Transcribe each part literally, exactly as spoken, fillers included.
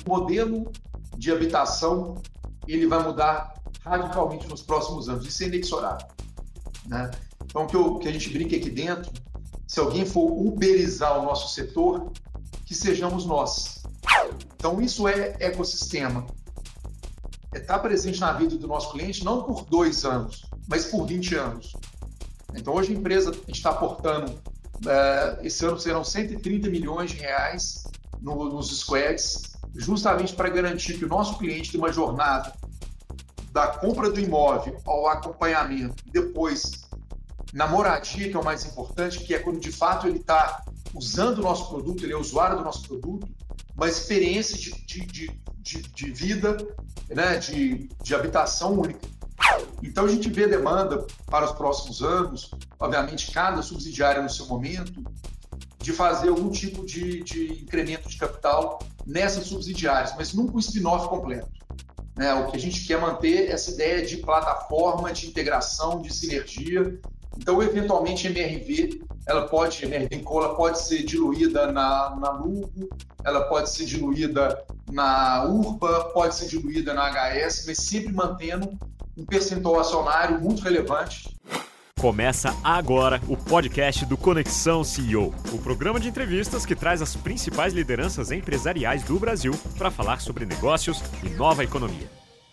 modelo de habitação ele vai mudar radicalmente nos próximos anos, isso é inexorável, né? Então, o que, eu, que a gente brinca aqui dentro, se alguém for uberizar o nosso setor, que sejamos nós. Então, isso é ecossistema. É estar presente na vida do nosso cliente não por dois anos, mas por vinte anos. Então, hoje a empresa, a gente está aportando, uh, esse ano serão cento e trinta milhões de reais no, nos squads, justamente para garantir que o nosso cliente tem uma jornada da compra do imóvel ao acompanhamento e depois na moradia, que é o mais importante, que é quando de fato ele está usando o nosso produto, ele é usuário do nosso produto, uma experiência de, de, de, de, de vida, né, de, de habitação única. Então a gente vê demanda para os próximos anos, obviamente cada subsidiária no seu momento, de fazer algum tipo de, de incremento de capital nessas subsidiárias, mas nunca um spin-off completo. Né? O que a gente quer manter é essa ideia de plataforma, de integração, de sinergia. Então, eventualmente, a M R V, ela pode, a M R V ela pode ser diluída na, na Lugo, ela pode ser diluída na Urba, pode ser diluída na H S, mas sempre mantendo um percentual acionário muito relevante. Começa agora o podcast do Conexão C E O, o programa de entrevistas que traz as principais lideranças empresariais do Brasil para falar sobre negócios e nova economia.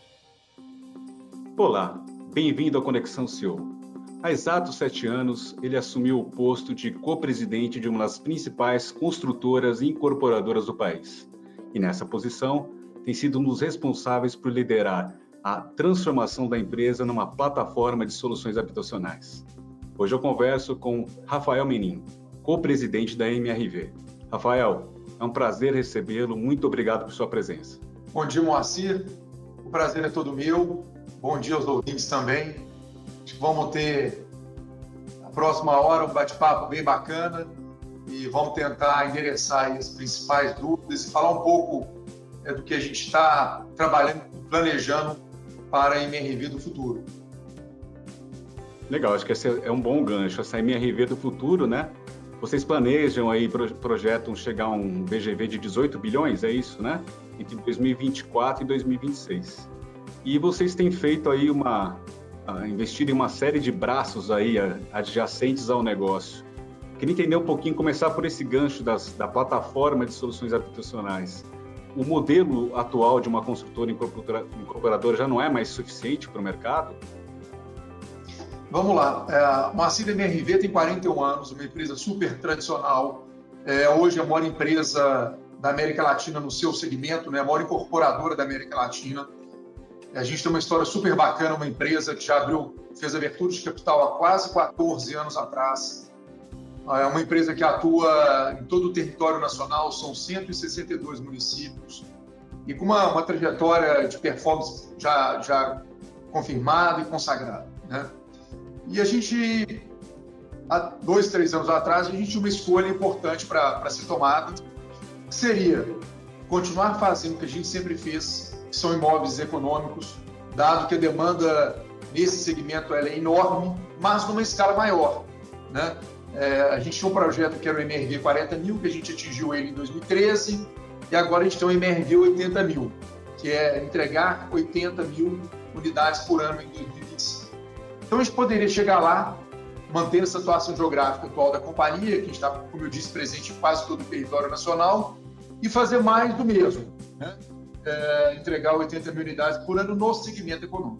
Olá, bem-vindo ao Conexão C E O. Há exatos sete anos, ele assumiu o posto de co-presidente de uma das principais construtoras e incorporadoras do país. E nessa posição, tem sido um dos responsáveis por liderar a transformação da empresa numa plataforma de soluções habitacionais. Hoje eu converso com Rafael Menin, co-presidente da M R V. Rafael, é um prazer recebê-lo. Muito obrigado por sua presença. Bom dia, Moacir. O prazer é todo meu. Bom dia aos ouvintes também. Vamos ter a próxima hora um bate-papo bem bacana e vamos tentar endereçar aí as principais dúvidas e falar um pouco é, do que a gente está trabalhando, planejando para a M R V do futuro. Legal, acho que esse é um bom gancho, essa M R V do futuro, né? Vocês planejam aí, projetam chegar a um V G V de dezoito bilhões, é isso, né? Entre dois mil e vinte e quatro e dois mil e vinte e seis. E vocês têm feito aí uma... investir em uma série de braços aí adjacentes ao negócio. Queria entender um pouquinho, começar por esse gancho das, da plataforma de soluções habitacionais. O modelo atual de uma construtora incorporadora já não é mais suficiente para o mercado? Vamos lá. A Moacir M R V tem quarenta e um anos, uma empresa super tradicional. É, hoje é a maior empresa da América Latina no seu segmento, né? A maior incorporadora da América Latina. A gente tem uma história super bacana, uma empresa que já abriu, fez abertura de capital há quase quatorze anos atrás. É uma empresa que atua em todo o território nacional, são cento e sessenta e dois municípios, e com uma, uma trajetória de performance já, já confirmada e consagrada, né? E a gente, há dois, três anos atrás, a gente tinha uma escolha importante para ser tomada, que seria continuar fazendo o que a gente sempre fez, que são imóveis econômicos, dado que a demanda nesse segmento ela é enorme, mas numa escala maior, né? É, a gente tinha um projeto que era o M R V quarenta mil, que a gente atingiu ele em dois mil e treze, e agora a gente tem o M R V oitenta mil, que é entregar oitenta mil unidades por ano em dois mil e vinte e cinco. Então a gente poderia chegar lá, manter essa situação geográfica atual da companhia, que a gente está, como eu disse, presente em quase todo o território nacional, e fazer mais do mesmo, né? É, entregar oitenta mil unidades por ano no segmento econômico.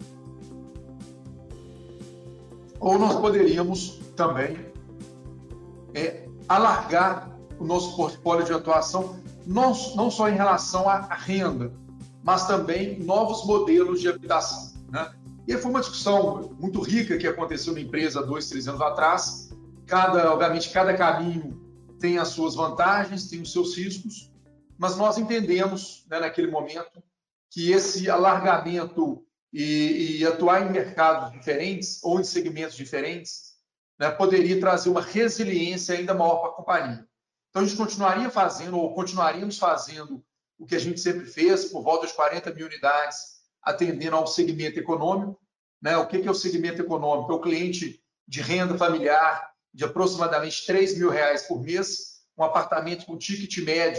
Ou nós poderíamos também é, alargar o nosso portfólio de atuação, não, não só em relação à renda, mas também novos modelos de habitação, né? E foi uma discussão muito rica que aconteceu na empresa há dois, três anos atrás. Cada, obviamente, cada caminho tem as suas vantagens, tem os seus riscos, mas nós entendemos, né, naquele momento, que esse alargamento e, e atuar em mercados diferentes ou em segmentos diferentes, né, poderia trazer uma resiliência ainda maior para a companhia. Então, a gente continuaria fazendo, ou continuaríamos fazendo, o que a gente sempre fez, por volta de quarenta mil unidades, atendendo ao segmento econômico, né? O que é o segmento econômico? É o cliente de renda familiar de aproximadamente três mil reais por mês, um apartamento com ticket médio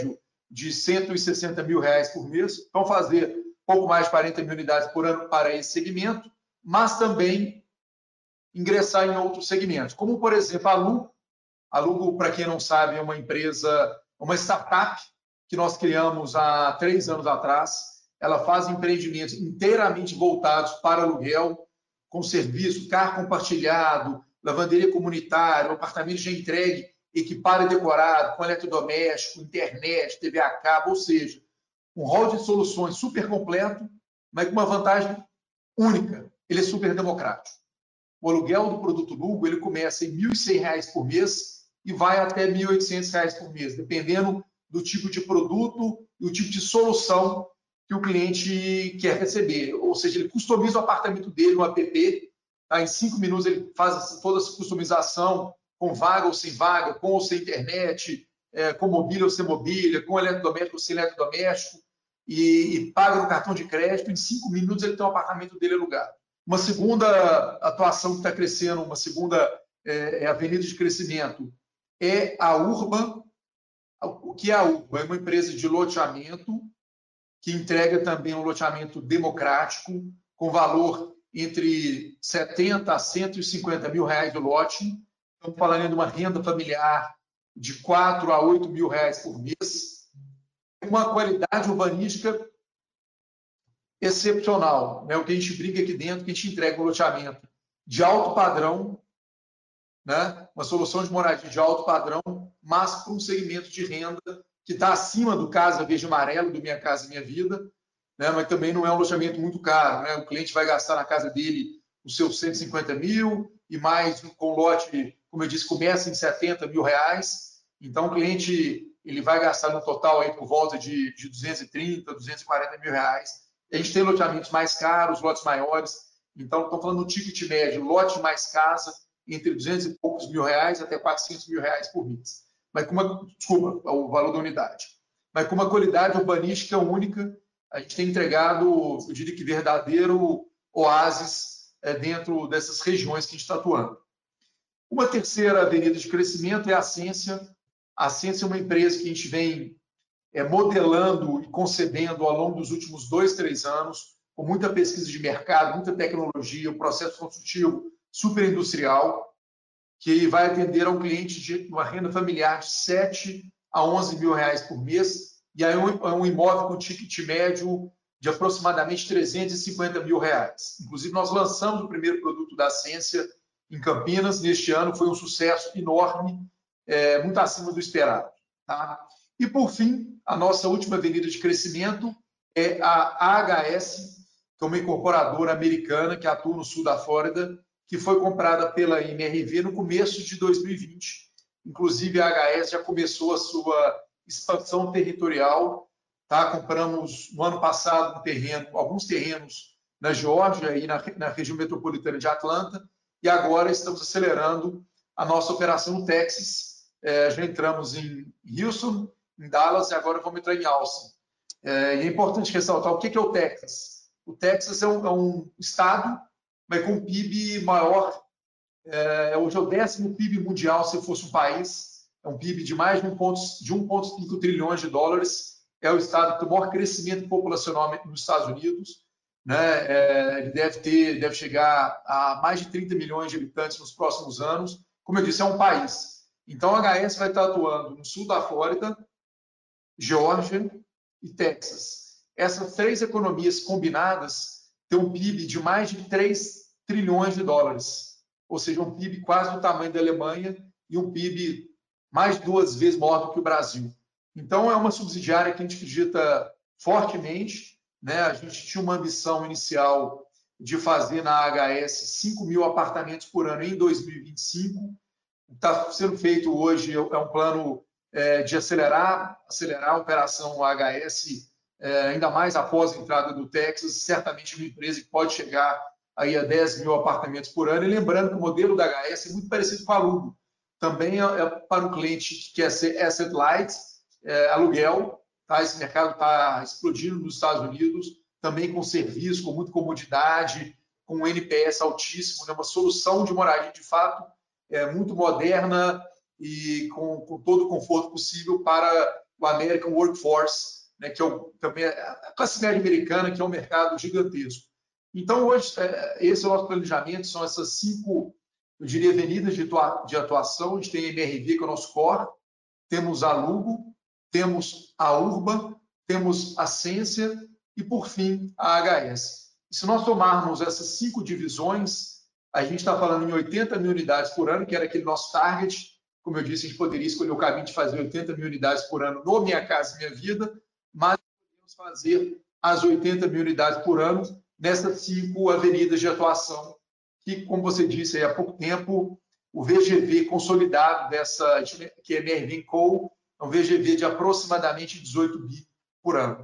de cento e sessenta mil reais por mês. Então, fazer pouco mais de quarenta mil unidades por ano para esse segmento, mas também ingressar em outros segmentos, como, por exemplo, a Lugo. A Lugo, para quem não sabe, é uma empresa, uma startup que nós criamos há três anos atrás. Ela faz empreendimentos inteiramente voltados para aluguel, com serviço, carro compartilhado, lavanderia comunitária, um apartamento já entregue, equipado e decorado, com eletrodoméstico, internet, T V a cabo, ou seja, um rol de soluções super completo, mas com uma vantagem única: ele é super democrático. O aluguel do produto Lugo ele começa em mil e cem reais por mês e vai até mil e oitocentos reais por mês, dependendo do tipo de produto e o tipo de solução que o cliente quer receber. Ou seja, ele customiza o apartamento dele no app, tá? Em cinco minutos ele faz toda essa customização, com vaga ou sem vaga, com ou sem internet, é, com mobília ou sem mobília, com eletrodoméstico ou sem eletrodoméstico, e, e paga no cartão de crédito. Em cinco minutos ele tem o apartamento dele alugado. Uma segunda atuação que está crescendo, uma segunda é, é, avenida de crescimento é a Urban. O que é a Urban? É uma empresa de loteamento que entrega também um loteamento democrático, com valor entre setenta a cento e cinquenta mil reais do lote. Estamos falando de uma renda familiar de quatro a oito mil reais por mês, uma qualidade urbanística excepcional, né? O que a gente brinca aqui dentro, que a gente entrega um loteamento de alto padrão, né? Uma solução de moradia de alto padrão, mas para um segmento de renda que está acima do Casa Verde e Amarelo, do Minha Casa Minha Vida, né? Mas também não é um loteamento muito caro, né? O cliente vai gastar na casa dele os seus cento e cinquenta mil e mais com lote, como eu disse, começa em setenta mil reais. Então, o cliente ele vai gastar no total aí por volta de, de duzentos e trinta, duzentos e quarenta mil reais. A gente tem loteamentos mais caros, lotes maiores. Então, estou falando do ticket médio, lote mais casa, entre duzentos e poucos mil reais até quatrocentos mil reais por mês. Mas com uma, desculpa, o valor da unidade. Mas com uma qualidade urbanística única, a gente tem entregado, eu diria que verdadeiro oásis é, dentro dessas regiões que a gente está atuando. Uma terceira avenida de crescimento é a Ascensia. A Ascensia é uma empresa que a gente vem é, modelando e concebendo ao longo dos últimos dois, três anos, com muita pesquisa de mercado, muita tecnologia, um processo construtivo super industrial, que vai atender a um cliente de uma renda familiar de sete a onze mil reais por mês, e aí é um imóvel com ticket médio de aproximadamente trezentos e cinquenta mil reais. Inclusive, nós lançamos o primeiro produto da Ascensia em Campinas neste ano, foi um sucesso enorme, é, muito acima do esperado. Tá? E, por fim, a nossa última avenida de crescimento é a A H S, que é uma incorporadora americana que atua no sul da Flórida, que foi comprada pela M R V no começo de dois mil e vinte. Inclusive, a A H S já começou a sua expansão territorial. Tá? Compramos, no ano passado, um terreno, alguns terrenos na Geórgia e na, na região metropolitana de Atlanta, e agora estamos acelerando a nossa operação no Texas. É, já entramos em Houston, em Dallas, e agora vamos entrar em Austin. É, e é importante ressaltar o que é o Texas. O Texas é um, é um estado, mas com um P I B maior. É, hoje é o décimo P I B mundial, se fosse um país. É um P I B de mais de um vírgula cinco trilhões de dólares. É o estado que tem o maior crescimento populacional nos Estados Unidos. Né? É, ele deve, ter, deve chegar a mais de trinta milhões de habitantes nos próximos anos. Como eu disse, é um país. Então, a H S vai estar atuando no sul da Flórida, Geórgia e Texas. Essas três economias combinadas têm um P I B de mais de três trilhões de dólares, ou seja, um P I B quase do tamanho da Alemanha e um P I B mais de duas vezes maior do que o Brasil. Então, é uma subsidiária que a gente acredita fortemente. Né? A gente tinha uma ambição inicial de fazer na H S cinco mil apartamentos por ano em dois mil e vinte e cinco. Está sendo feito hoje, é um plano é, de acelerar, acelerar a operação H S, é, ainda mais após a entrada do Texas, certamente uma empresa que pode chegar aí a dez mil apartamentos por ano. E lembrando que o modelo da H S é muito parecido com a Lugo. Também é para o cliente que quer ser asset light, é, aluguel. Tá? Esse mercado está explodindo nos Estados Unidos, também com serviço, com muita comodidade, com um N P S altíssimo, né? Uma solução de moradia de fato é, muito moderna e com, com todo o conforto possível para o American Workforce, né, que é o, também a classe média americana, que é um mercado gigantesco. Então, hoje, esse é o nosso planejamento, são essas cinco, eu diria, avenidas de atuação. A gente tem a M R V, que é o nosso core, temos a Lugo, temos a Urba, temos a Sensia e, por fim, a H S. E se nós tomarmos essas cinco divisões, a gente está falando em oitenta mil unidades por ano, que era aquele nosso target. Como eu disse, a gente poderia escolher o caminho de fazer oitenta mil unidades por ano no Minha Casa Minha Vida, mas podemos fazer as oitenta mil unidades por ano nessas cinco avenidas de atuação, que, como você disse aí há pouco tempo, o V G V consolidado dessa, que é Mervin Co, é um V G V de aproximadamente dezoito bi por ano.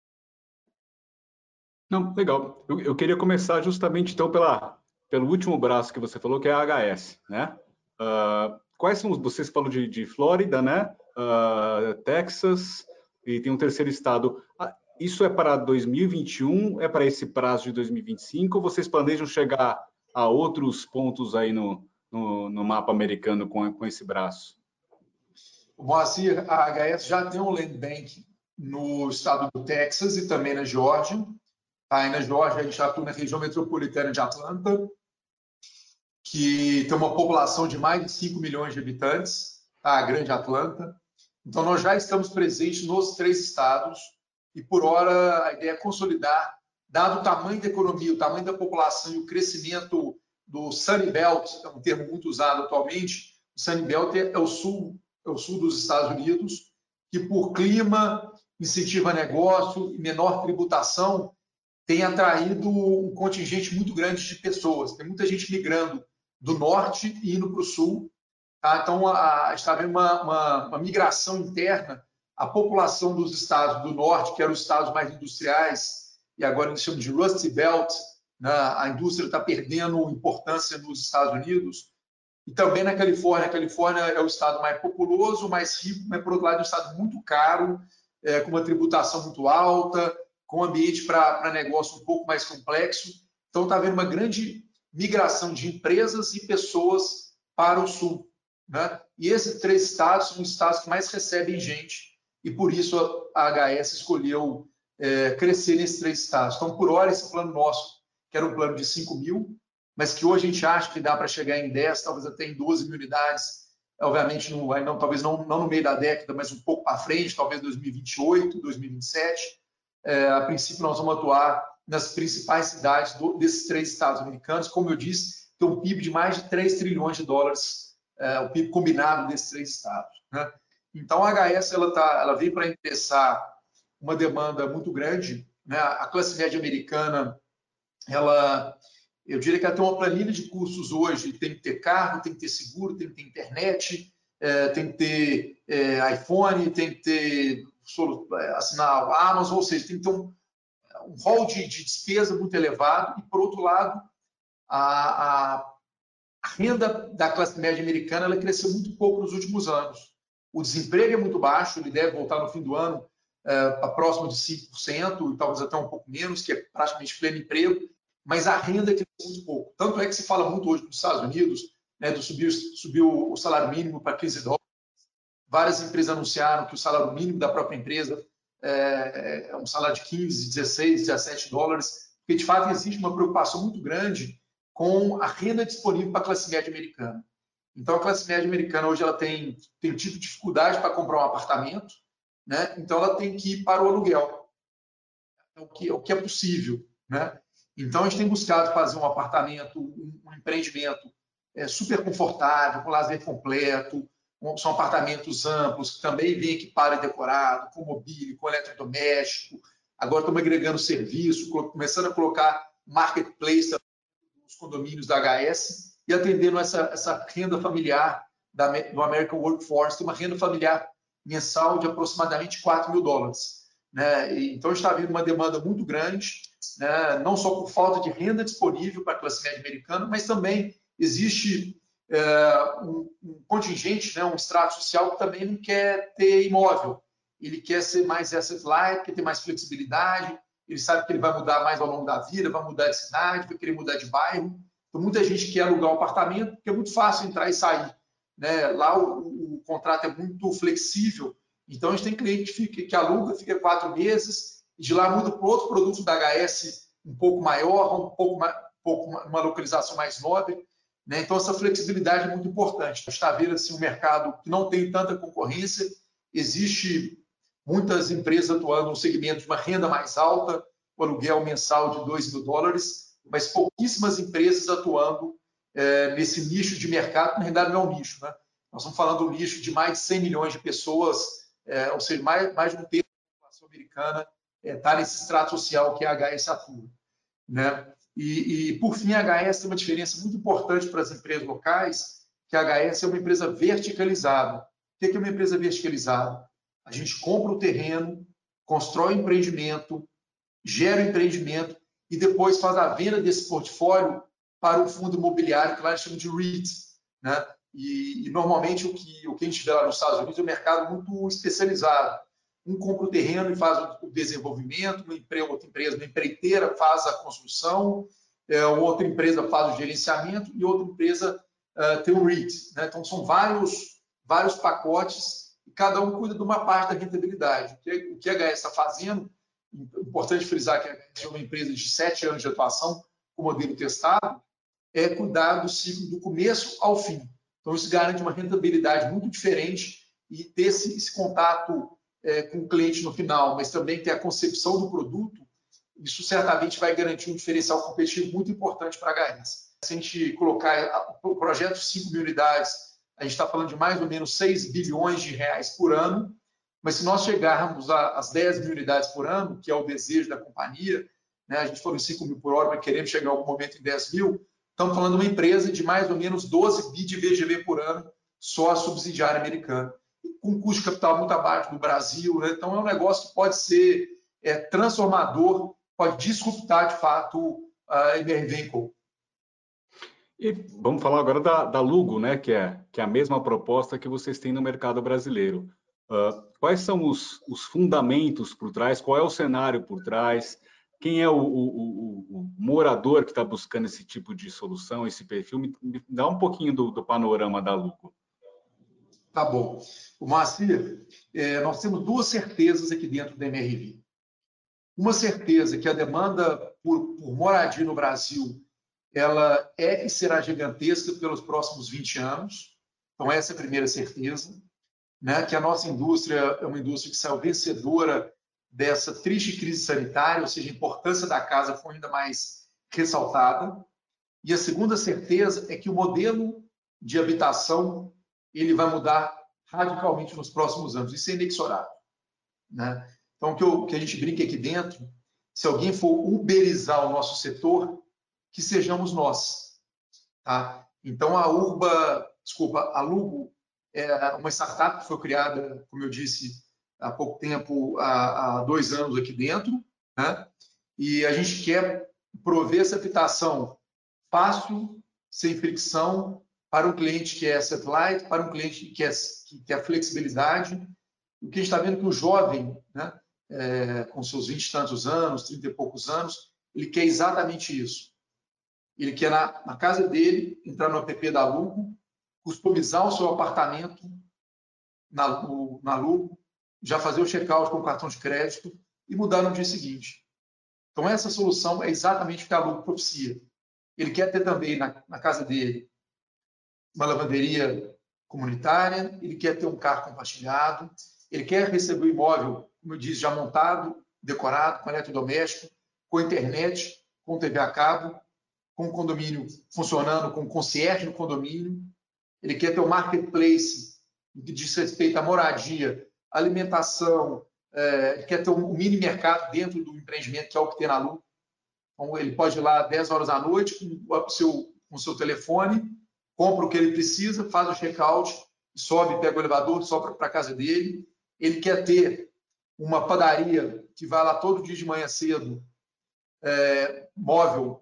Não, legal. Eu, eu queria começar justamente, então, pela, pelo último braço que você falou, que é a H S, né? Uh, quais são os... Vocês falam de, de Flórida, né? Uh, Texas, e tem um terceiro estado. Uh, isso é para dois mil e vinte e um? É para esse prazo de dois mil e vinte e cinco? Ou vocês planejam chegar a outros pontos aí no, no, no mapa americano com, com esse braço? O Moacir, a H S já tem um land bank no estado do Texas e também na Geórgia. Aí na Geórgia, a gente atua na região metropolitana de Atlanta, que tem uma população de mais de cinco milhões de habitantes, tá? A grande Atlanta. Então, nós já estamos presentes nos três estados e, por hora, a ideia é consolidar, dado o tamanho da economia, o tamanho da população e o crescimento do Sunny Belt, é um termo muito usado atualmente. O Sunny Belt é o sul, é o sul dos Estados Unidos, que, por clima, incentiva negócio e menor tributação, tem atraído um contingente muito grande de pessoas. Tem muita gente migrando do norte e indo para o sul. Tá? Então, a, a gente está vendo uma, uma, uma migração interna. A população dos estados do norte, que eram os estados mais industriais, e agora eles chamam de Rust Belt, né? A indústria está perdendo importância nos Estados Unidos. E também na Califórnia. A Califórnia é o estado mais populoso, mais rico, mas, por outro lado, é um estado muito caro, é, com uma tributação muito alta, com um ambiente para negócio um pouco mais complexo. Então, está havendo uma grande migração de empresas e pessoas para o sul, né? E esses três estados são os estados que mais recebem gente, e por isso a H S escolheu é, crescer nesses três estados. Então, por hora, esse plano nosso, que era um plano de cinco mil, mas que hoje a gente acha que dá para chegar em dez, talvez até em doze mil unidades, obviamente, não, não, talvez não, não no meio da década, mas um pouco para frente, talvez dois mil e vinte e oito, dois mil e vinte e sete. É, a princípio, nós vamos atuar nas principais cidades do, desses três estados americanos. Como eu disse, tem um P I B de mais de três trilhões de dólares, é, o P I B combinado desses três estados, né? Então, a H S ela tá, ela vem para endereçar uma demanda muito grande, né? A classe média americana, ela, eu diria que ela tem uma planilha de custos hoje, tem que ter carro, tem que ter seguro, tem que ter internet, é, tem que ter é, iPhone, tem que ter assinar a Amazon, ou seja, tem que ter um, um rol de, de despesa muito elevado. E, por outro lado, a, a, a renda da classe média americana ela cresceu muito pouco nos últimos anos. O desemprego é muito baixo, ele deve voltar no fim do ano é, para próximo de cinco por cento, e talvez até um pouco menos, que é praticamente pleno emprego, mas a renda cresceu muito pouco. Tanto é que se fala muito hoje nos Estados Unidos, né, do subir, subir o salário mínimo para quinze dólares. Várias empresas anunciaram que o salário mínimo da própria empresa é, é um salário de quinze, dezesseis, dezessete dólares, porque, de fato, existe uma preocupação muito grande com a renda disponível para a classe média americana. Então, a classe média americana hoje ela tem, tem tido dificuldade para comprar um apartamento, né? Então ela tem que ir para o aluguel, o que, o que é possível, né? Então, a gente tem buscado fazer um apartamento, um, um empreendimento é, super confortável, com lazer completo. São apartamentos amplos, que também vêm equipado e decorado, com mobília, com eletrodoméstico. Agora estamos agregando serviço, começando a colocar marketplace nos condomínios da H S e atendendo essa, essa renda familiar da, do American Workforce, uma renda familiar mensal de aproximadamente quatro mil dólares. Né? E, então, está havendo uma demanda muito grande, né? Não só por falta de renda disponível para a classe média americana, mas também existe é, um, um contingente, né? Um extrato social que também não quer ter imóvel. Ele quer ser mais asset light, quer ter mais flexibilidade, ele sabe que ele vai mudar mais ao longo da vida, vai mudar de cidade, vai querer mudar de bairro. Então, muita gente quer alugar um apartamento, porque é muito fácil entrar e sair. Né? Lá o, o contrato é muito flexível, Então, a gente tem cliente que, fica, que aluga, fica quatro meses, e de lá muda para outro produto da H S um pouco maior, um pouco, um pouco uma localização mais nobre. Né? Então, essa flexibilidade é muito importante. A gente está vendo assim, um mercado que não tem tanta concorrência, existe muitas empresas atuando no segmento de uma renda mais alta, o aluguel mensal de dois mil dólares, mas pouquíssimas empresas atuando é, nesse nicho de mercado, que na realidade não é um nicho. Né? Nós estamos falando de um nicho de mais de cem milhões de pessoas, é, ou seja, mais, mais de um terço da população americana está é, nesse extrato social que a H S atua. Né? E, e, por fim, a H S tem uma diferença muito importante para as empresas locais, que a H S é uma empresa verticalizada. O que é uma empresa verticalizada? A gente compra o terreno, constrói o empreendimento, gera o empreendimento e depois faz a venda desse portfólio para o fundo imobiliário, que lá a gente chama de REIT. Né? E, e, normalmente, o que, o que a gente vê lá nos Estados Unidos é um mercado muito especializado. Um compra o terreno e faz o desenvolvimento, uma empresa, outra empresa, uma empreiteira faz a construção, é, outra empresa faz o gerenciamento e outra empresa uh, tem o REIT. Né? Então, são vários, vários pacotes e cada um cuida de uma parte da rentabilidade. O que, o que a H S está fazendo, importante frisar que a H S é uma empresa de sete anos de atuação com modelo testado, é cuidar do ciclo do começo ao fim. Então, isso garante uma rentabilidade muito diferente e ter esse, esse contato É, com o cliente no final, mas também ter a concepção do produto, isso certamente vai garantir um diferencial competitivo muito importante para a H S. Se a gente colocar o projeto cinco mil unidades, a gente está falando de mais ou menos seis bilhões de reais por ano, mas se nós chegarmos às dez mil unidades por ano, que é o desejo da companhia, né, a gente for em cinco mil por hora, mas queremos chegar em algum momento em dez mil, estamos falando de uma empresa de mais ou menos doze bi de V G V por ano, só a subsidiária americana, com um custo de capital muito abaixo do Brasil. Né? Então, é um negócio que pode ser é, transformador, pode disruptar, de fato, a M R Vehicle. E vamos falar agora da, da Lugo, né? que, é, que é a mesma proposta que vocês têm no mercado brasileiro. Uh, quais são os, os fundamentos por trás? Qual é o cenário por trás? Quem é o, o, o, o morador que está buscando esse tipo de solução, esse perfil? Me, me dá um pouquinho do, do panorama da Lugo. Tá bom. O Moacir, é, nós temos duas certezas aqui dentro da M R V. Uma certeza que a demanda por, por moradia no Brasil ela é e será gigantesca pelos próximos vinte anos. Então, essa é a primeira certeza. Né? Que a nossa indústria é uma indústria que saiu vencedora dessa triste crise sanitária, ou seja, a importância da casa foi ainda mais ressaltada. E a segunda certeza é que o modelo de habitação ele vai mudar radicalmente nos próximos anos. Isso é inexorável. Né? Então, o que, eu, o que a gente brinca aqui dentro, se alguém for uberizar o nosso setor, que sejamos nós. Tá? Então, a Urba, desculpa, a Lugo é uma startup que foi criada, como eu disse, há pouco tempo, há, há dois anos aqui dentro, né? E a gente quer prover essa habitação fácil, sem fricção, para um cliente que é asset light, para um cliente que quer, que quer flexibilidade. O que a gente está vendo é que o jovem, né, é, com seus vinte e tantos anos, trinta e poucos anos, ele quer exatamente isso. Ele quer, na, na casa dele, entrar no app da Lugo, customizar o seu apartamento na, no, na Lugo, já fazer o check-out com o cartão de crédito e mudar no dia seguinte. Então, essa solução é exatamente o que a Lugo propicia. Ele quer ter também na, na casa dele uma lavanderia comunitária, ele quer ter um carro compartilhado, ele quer receber o imóvel, como eu disse, já montado, decorado, com eletrodoméstico, com internet, com T V a cabo, com o condomínio funcionando, com concierge no condomínio. Ele quer ter um marketplace que diz respeito à moradia, alimentação, é, ele quer ter um mini mercado dentro do empreendimento, que é o que tem na Lugo. Então, ele pode ir lá às dez horas da noite com o seu, com o seu telefone, compra o que ele precisa, faz o check-out, sobe, pega o elevador, sobe para a casa dele. Ele quer ter uma padaria que vai lá todo dia de manhã cedo, é, móvel,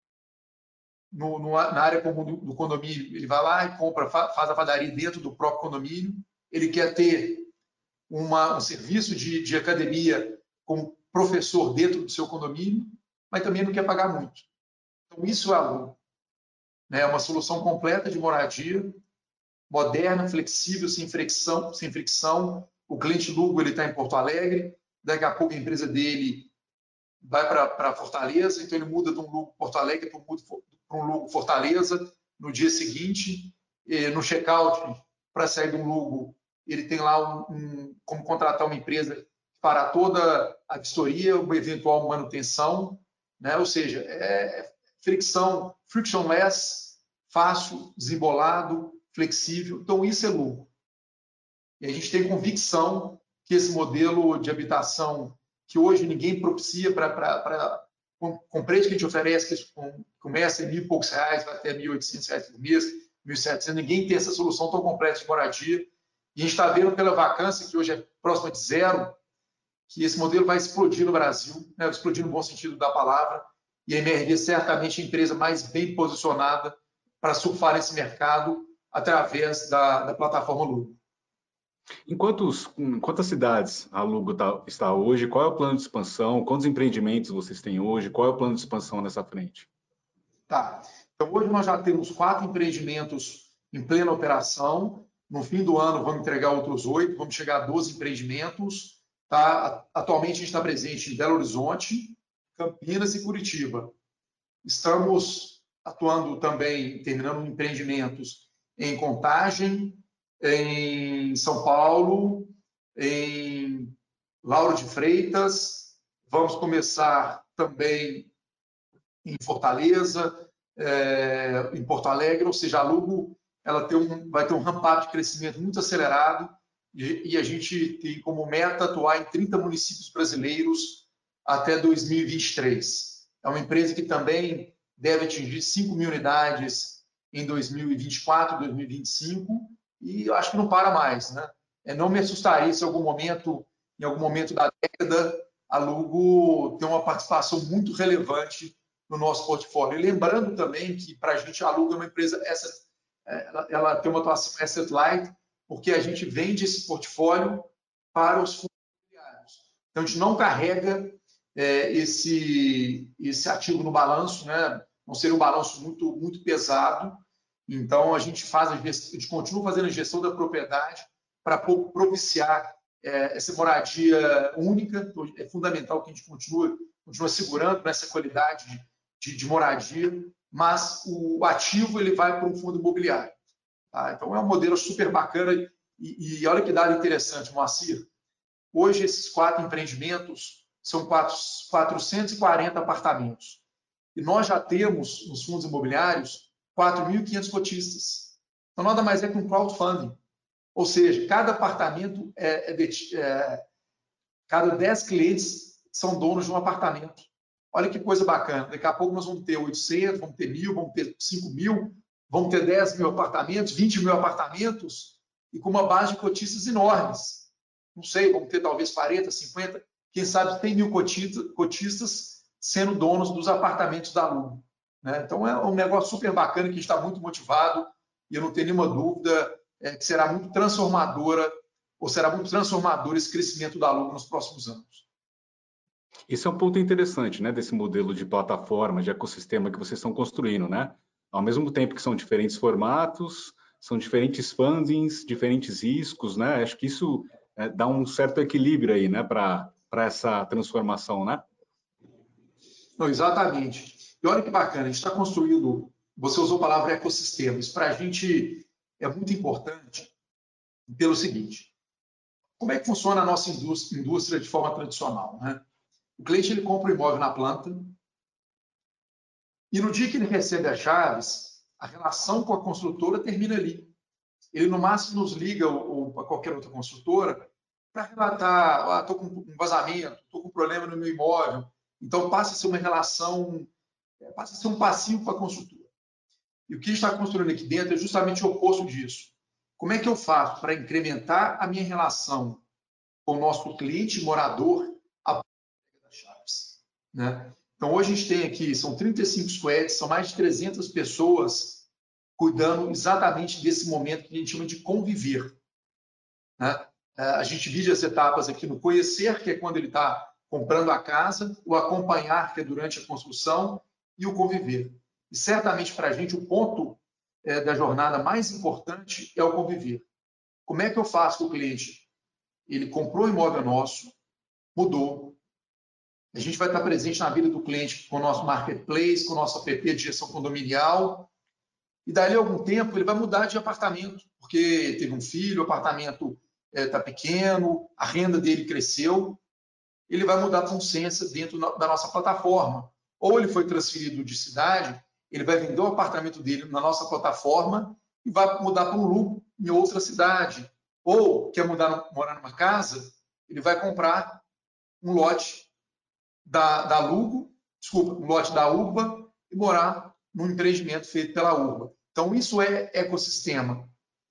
no, no, na área comum do, do condomínio. Ele vai lá e compra, faz a padaria dentro do próprio condomínio. Ele quer ter uma, um serviço de, de academia com professor dentro do seu condomínio, mas também não quer pagar muito. Então, isso é a Lugo. É uma solução completa de moradia, moderna, flexível, sem fricção, sem fricção, o cliente Lugo está em Porto Alegre, daqui a pouco a empresa dele vai para Fortaleza, então ele muda de um Lugo Porto Alegre para um Lugo Fortaleza no dia seguinte. No checkout, para sair de um Lugo, ele tem lá um, um, como contratar uma empresa para toda a vistoria, uma eventual manutenção, né? Ou seja, é fricção, frictionless, fácil, desembolado, flexível. Então, isso é Lugo. E a gente tem convicção que esse modelo de habitação, que hoje ninguém propicia para com o preço que a gente oferece, que começa em mil e poucos reais, vai até mil e oitocentos reais por mês, mil e setecentos, ninguém tem essa solução tão completa de moradia. E a gente está vendo pela vacância, que hoje é próxima de zero, que esse modelo vai explodir no Brasil, né? Explodir no bom sentido da palavra, e a M R V certamente é a empresa mais bem posicionada para surfar esse mercado através da, da plataforma Lugo. Em, quantos, em quantas cidades a Lugo tá, está hoje? Qual é o plano de expansão? Quantos empreendimentos vocês têm hoje? Qual é o plano de expansão nessa frente? Tá. Então, hoje nós já temos quatro empreendimentos em plena operação. No fim do ano, vamos entregar outros oito, vamos chegar a doze empreendimentos. Tá? Atualmente, a gente está presente em Belo Horizonte, Campinas e Curitiba. Estamos atuando também, terminando empreendimentos em Contagem, em São Paulo, em Lauro de Freitas. Vamos começar também em Fortaleza, é, em Porto Alegre, ou seja, a Lugo ela tem um, vai ter um ramp-up de crescimento muito acelerado e, e a gente tem como meta atuar em trinta municípios brasileiros até dois mil e vinte e três. É uma empresa que também deve atingir cinco mil unidades em dois mil e vinte e quatro, dois mil e vinte e cinco, e eu acho que não para mais, né? É, não me assustaria se em algum momento, em algum momento da década, a Lugo tem uma participação muito relevante no nosso portfólio. E lembrando também que, para a gente, a Lugo é uma empresa, asset, ela, ela tem uma atuação asset light, porque a gente vende esse portfólio para os fundos imobiliários. Então, a gente não carrega é, esse, esse ativo no balanço, né? Não seria um balanço muito, muito pesado. Então, a gente, faz a, gestão, a gente continua fazendo a gestão da propriedade para propiciar é, essa moradia única. Então, é fundamental que a gente continue, continue segurando nessa qualidade de, de, de moradia, mas o ativo ele vai para um fundo imobiliário. Tá? Então, é um modelo super bacana. E, e olha que dado interessante, Moacir. Hoje, esses quatro empreendimentos são quatrocentos e quarenta apartamentos. E nós já temos, nos fundos imobiliários, quatro mil e quinhentos cotistas. Então, nada mais é que um crowdfunding. Ou seja, cada apartamento, é, é, de, é, cada dez clientes são donos de um apartamento. Olha que coisa bacana. Daqui a pouco nós vamos ter oitocentos, vamos ter mil, vamos ter cinco mil, vamos ter dez mil apartamentos, vinte mil apartamentos, e com uma base de cotistas enormes. Não sei, vamos ter talvez quarenta, cinquenta, quem sabe cem mil cotistas sendo donos dos apartamentos da Lugo. Né? Então, é um negócio super bacana, que a gente está muito motivado, e eu não tenho nenhuma dúvida é, que será muito transformadora, ou será muito transformador esse crescimento da Lugo nos próximos anos. Esse é um ponto interessante, né, desse modelo de plataforma, de ecossistema que vocês estão construindo, né? Ao mesmo tempo que são diferentes formatos, são diferentes fundings, diferentes riscos, né? Acho que isso é, dá um certo equilíbrio aí, né, para para essa transformação, né? Não, exatamente. E olha que bacana, a gente está construindo, você usou a palavra ecossistema, isso para a gente é muito importante pelo seguinte, como é que funciona a nossa indústria, indústria de forma tradicional, né? O cliente ele compra o imóvel na planta e no dia que ele recebe as chaves, a relação com a construtora termina ali. Ele no máximo nos liga ou, ou para qualquer outra construtora para relatar, ah, estou com um vazamento, estou com um problema no meu imóvel. Então, passa a ser uma relação, passa a ser um passivo para a construtora. E o que a gente está construindo aqui dentro é justamente o oposto disso. Como é que eu faço para incrementar a minha relação com o nosso cliente morador a partir das chaves? Né? Então, hoje a gente tem aqui, são trinta e cinco squads, são mais de trezentas pessoas cuidando exatamente desse momento que a gente chama de conviver. Né? A gente divide as etapas aqui no conhecer, que é quando ele está comprando a casa, o acompanhar, que é durante a construção, e o conviver. E certamente para a gente o ponto é, da jornada mais importante é o conviver. Como é que eu faço com o cliente? ele comprou um imóvel nosso, mudou. A gente vai estar presente na vida do cliente com o nosso marketplace, com o nosso app de gestão condominial. E dali a algum tempo ele vai mudar de apartamento, porque teve um filho, o apartamento está é, pequeno, a renda dele cresceu. Ele vai mudar para um Sensa dentro da nossa plataforma. Ou ele foi transferido de cidade, ele vai vender o apartamento dele na nossa plataforma e vai mudar para um lucro em outra cidade. Ou quer mudar, morar numa casa, ele vai comprar um lote da, da Lugo, desculpa, um lote da Urba e morar num empreendimento feito pela Urba. Então, isso é ecossistema.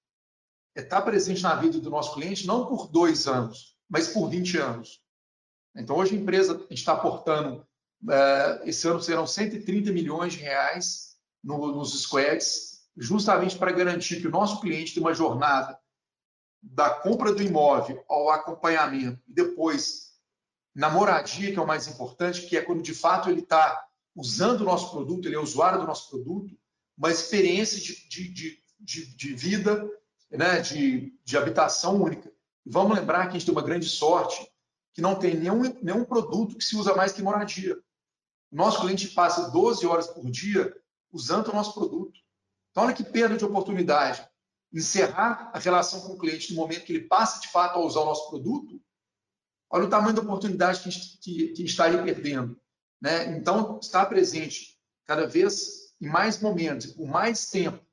É estar presente na vida do nosso cliente não por dois anos, mas por vinte anos. Então, hoje a empresa, a gente está aportando, uh, esse ano serão cento e trinta milhões de reais no, nos squads, justamente para garantir que o nosso cliente tem uma jornada da compra do imóvel ao acompanhamento e depois na moradia, que é o mais importante, que é quando de fato ele está usando o nosso produto, ele é usuário do nosso produto, uma experiência de, de, de, de, de vida, né, de, de habitação única. E vamos lembrar que a gente tem uma grande sorte que não tem nenhum, nenhum produto que se usa mais que moradia. O nosso cliente passa doze horas por dia usando o nosso produto. Então, olha que perda de oportunidade. Encerrar a relação com o cliente no momento que ele passa, de fato, a usar o nosso produto, olha o tamanho da oportunidade que a gente, que, que estaria perdendo. Né? Então, estar presente cada vez em mais momentos e por mais tempo,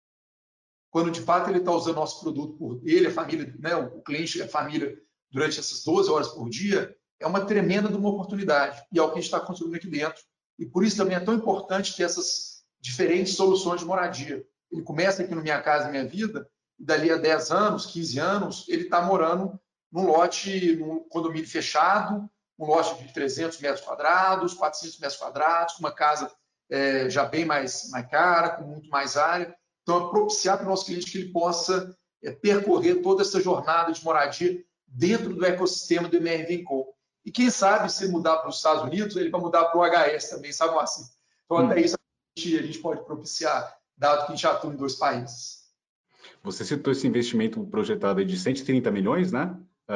quando, de fato, ele está usando o nosso produto, por ele, a família, né, o cliente e a família, durante essas doze horas por dia, é uma tremenda de uma oportunidade. E é o que a gente está construindo aqui dentro. E por isso também é tão importante ter essas diferentes soluções de moradia. Ele começa aqui no Minha Casa Minha Vida, e dali a dez anos, quinze anos, ele está morando num lote, num condomínio fechado, um lote de trezentos metros quadrados, quatrocentos metros quadrados, com uma casa é, já bem mais, mais cara, com muito mais área. Então, é propiciar para o nosso cliente que ele possa é, percorrer toda essa jornada de moradia dentro do ecossistema do M R V Co. E quem sabe, se mudar para os Estados Unidos, ele vai mudar para o H S também, sabe, Moacir? Então, hum. até isso a gente, a gente pode propiciar, dado que a gente atua em dois países. Você citou esse investimento projetado de cento e trinta milhões, né?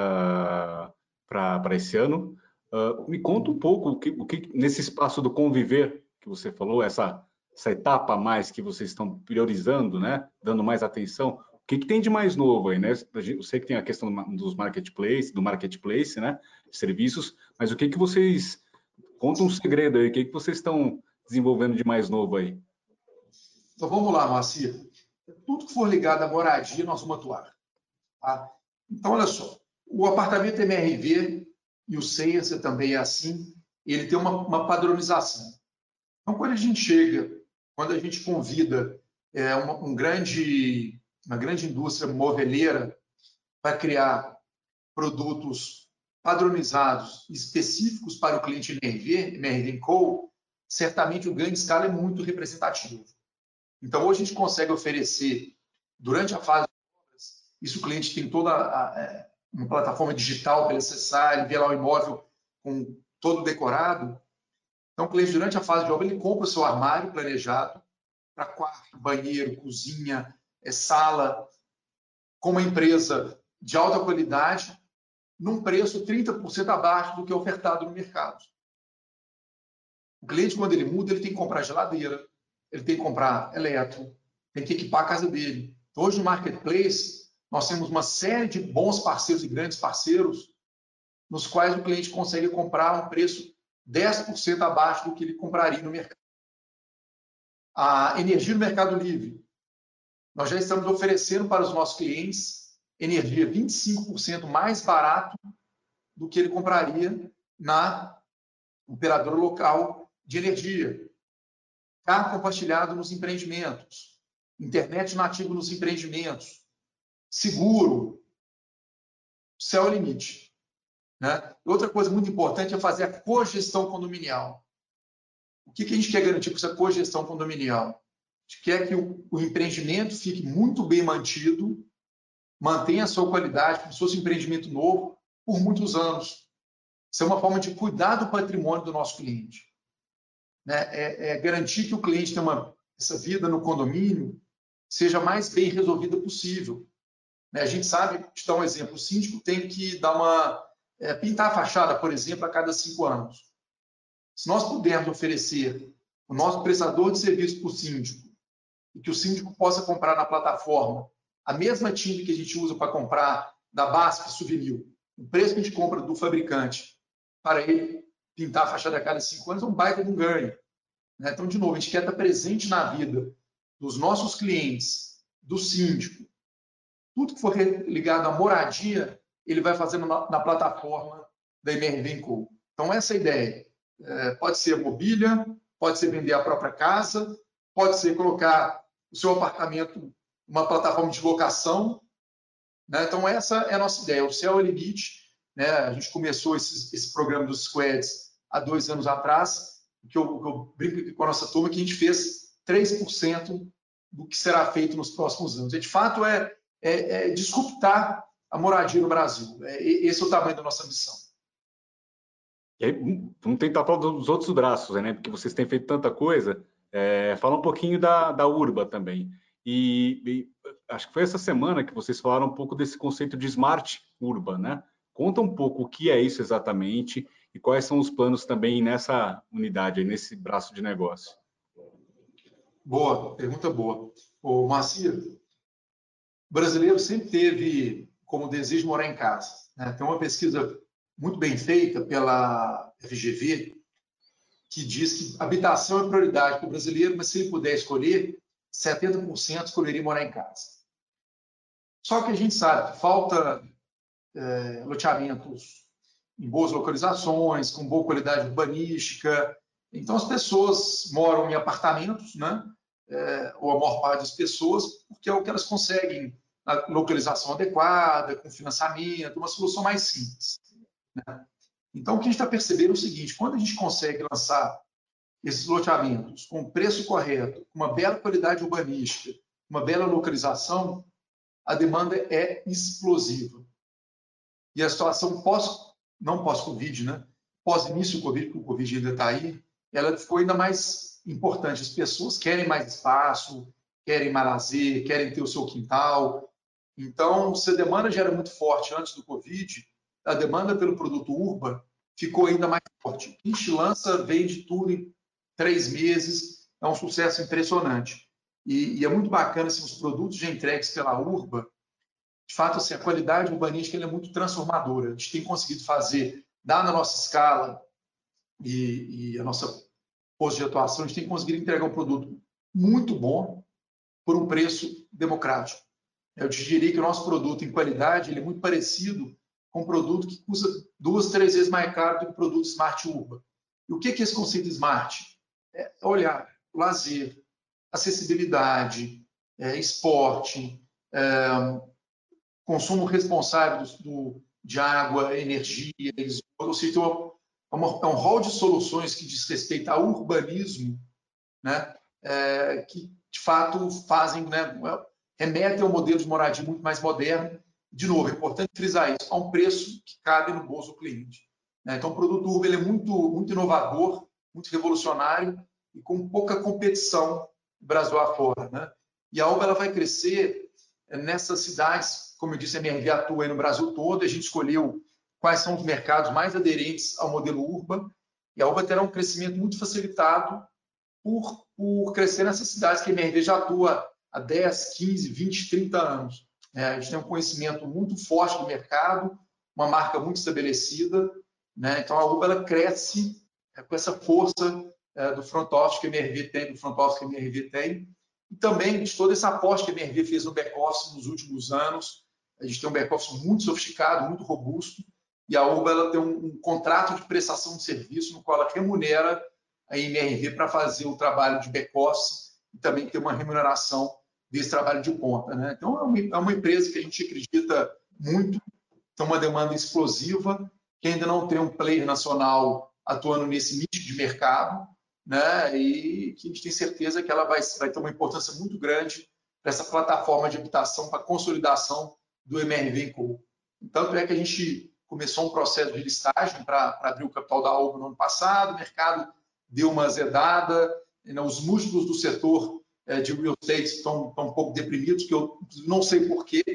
Uh, para esse ano. Uh, me conta um pouco o que, o que nesse espaço do conviver que você falou, essa, essa etapa a mais que vocês estão priorizando, né? Dando mais atenção. O que, que tem de mais novo aí, né? Eu sei que tem a questão dos marketplace, do marketplace, né? Serviços, mas o que que vocês conta um segredo aí? O que que vocês estão desenvolvendo de mais novo aí? Então vamos lá, Moacir. Tudo que for ligado à moradia, nós vamos atuar. Tá? Então, olha só, o apartamento M R V e o Sensa também é assim, ele tem uma, uma padronização. Então, quando a gente chega, quando a gente convida é, uma, um grande, uma grande indústria moveleira para criar produtos padronizados, específicos para o cliente M R V, M R V Co., certamente o ganho de escala é muito representativo. Então, hoje a gente consegue oferecer, durante a fase de obras, isso o cliente tem toda a, a, uma plataforma digital para ele acessar, ele vê lá o imóvel com todo decorado. Então, o cliente, durante a fase de obra, ele compra o seu armário planejado para quarto, banheiro, cozinha, é, sala, com uma empresa de alta qualidade, num preço trinta por cento abaixo do que é ofertado no mercado. O cliente, quando ele muda, ele tem que comprar geladeira, ele tem que comprar eletro, tem que equipar a casa dele. Então, hoje no Marketplace, nós temos uma série de bons parceiros e grandes parceiros nos quais o cliente consegue comprar a um preço dez por cento abaixo do que ele compraria no mercado. A energia no Mercado Livre. Nós já estamos oferecendo para os nossos clientes energia vinte e cinco por cento mais barato do que ele compraria na operadora local de energia. Carro compartilhado nos empreendimentos, internet nativa nos empreendimentos, seguro, céu é o limite. Né? Outra coisa muito importante é fazer a cogestão condominial. O que, que a gente quer garantir com essa cogestão condominial? A gente quer que o, o empreendimento fique muito bem mantido, mantenha a sua qualidade, como se fosse um empreendimento novo, por muitos anos. Isso é uma forma de cuidar do patrimônio do nosso cliente. Né? É, é garantir que o cliente tenha uma, essa vida no condomínio seja mais bem resolvida possível. A gente sabe, te dar um exemplo, o síndico tem que dar uma, é, pintar a fachada, por exemplo, a cada cinco anos. Se nós pudermos oferecer o nosso prestador de serviço para o síndico e que o síndico possa comprar na plataforma a mesma tinta que a gente usa para comprar da B A S F Souvenir, o preço que a gente compra do fabricante, para ele pintar a fachada a cada cinco anos, é um baita de um ganho. Né? Então, de novo, a gente quer estar presente na vida dos nossos clientes, do síndico. Tudo que for ligado à moradia, ele vai fazendo na, na plataforma da M R V Co. Então, essa é a ideia. É, pode ser mobília, pode ser vender a própria casa, pode ser colocar o seu apartamento numa plataforma de locação. Né? Então, essa é a nossa ideia. O céu é o limite. Né? A gente começou esse, esse programa dos squads há dois anos atrás, que eu, que eu brinco aqui com a nossa turma, que a gente fez três por cento do que será feito nos próximos anos. E, de fato, é, é, é disruptar a moradia no Brasil. É, esse é o tamanho da nossa missão. E aí, vamos tentar falar dos outros braços, né? Porque vocês têm feito tanta coisa. É, fala um pouquinho da, da Urba também. E, e acho que foi essa semana que vocês falaram um pouco desse conceito de Smart Urba, né? Conta um pouco o que é isso exatamente e quais são os planos também nessa unidade, nesse braço de negócio. Boa, pergunta boa. Ô, Marcia, o brasileiro sempre teve como desejo morar em casa. Né? Tem uma pesquisa muito bem feita pela F G V que diz que habitação é prioridade para o brasileiro, mas se ele puder escolher, setenta por cento escolheria morar em casa. Só que a gente sabe que falta é, loteamentos em boas localizações, com boa qualidade urbanística. Então, as pessoas moram em apartamentos, né? É, ou a maior parte das pessoas, porque é o que elas conseguem na localização adequada, com financiamento, uma solução mais simples. Né? Então, o que a gente está percebendo é o seguinte, quando a gente consegue lançar esses loteamentos com o preço correto, com uma bela qualidade urbanística, uma bela localização, a demanda é explosiva. E a situação pós, não pós-Covid, né? Pós-início do Covid, porque o Covid ainda está aí, ela ficou ainda mais importante. As pessoas querem mais espaço, querem mais lazer, querem ter o seu quintal. Então, se a demanda já era muito forte antes do Covid, a demanda pelo produto Urba ficou ainda mais forte. A gente lança, vende tudo em três meses, é um sucesso impressionante. E, e é muito bacana assim, os produtos já entregues pela Urba. De fato, assim, a qualidade urbanística ela é muito transformadora. A gente tem conseguido fazer, dada a nossa escala e, e a nossa posto de atuação, a gente tem conseguido entregar um produto muito bom por um preço democrático. Eu te diria que o nosso produto, em qualidade, ele é muito parecido com um produto que custa duas, três vezes mais caro do que o produto Smart Urba. E o que é esse conceito Smart? É olhar lazer, acessibilidade, é, esporte, é, consumo responsável do, do, de água, energia, ou seja, é, uma, é um rol de soluções que diz respeito ao urbanismo, né, é, que, de fato, fazem, né, remetem a um modelo de moradia muito mais moderno. De novo, é importante frisar isso, a um preço que cabe no bolso do cliente. Né? Então, o produto Urba ele é muito, muito inovador, muito revolucionário e com pouca competição do Brasil afora. Né? E a Urba ela vai crescer nessas cidades, como eu disse, a M R V atua aí no Brasil todo, a gente escolheu quais são os mercados mais aderentes ao modelo Urba, e a Urba terá um crescimento muito facilitado por, por crescer nessas cidades que a M R V já atua há dez, quinze, vinte, trinta anos. É, a gente tem um conhecimento muito forte do mercado, uma marca muito estabelecida, né? Então a Urba ela cresce é, com essa força é, do front office que a M R V tem, do front office que a M R V tem, e também de toda essa aposta que a M R V fez no back-office nos últimos anos. A gente tem um back-office muito sofisticado, muito robusto, e a Urba ela tem um, um contrato de prestação de serviço no qual ela remunera a M R V para fazer o trabalho de back-office e também ter uma remuneração desse trabalho de ponta. Né? Então, é uma, é uma empresa que a gente acredita muito, tem uma demanda explosiva, que ainda não tem um player nacional atuando nesse nicho de mercado, né? E que a gente tem certeza que ela vai, vai ter uma importância muito grande para essa plataforma de habitação, para a consolidação do M R V Co. Tanto é que a gente começou um processo de listagem para abrir o capital da Urba no ano passado, o mercado deu uma azedada, né? Os múltiplos do setor de real estate estão, estão um pouco deprimidos, que eu não sei porquê,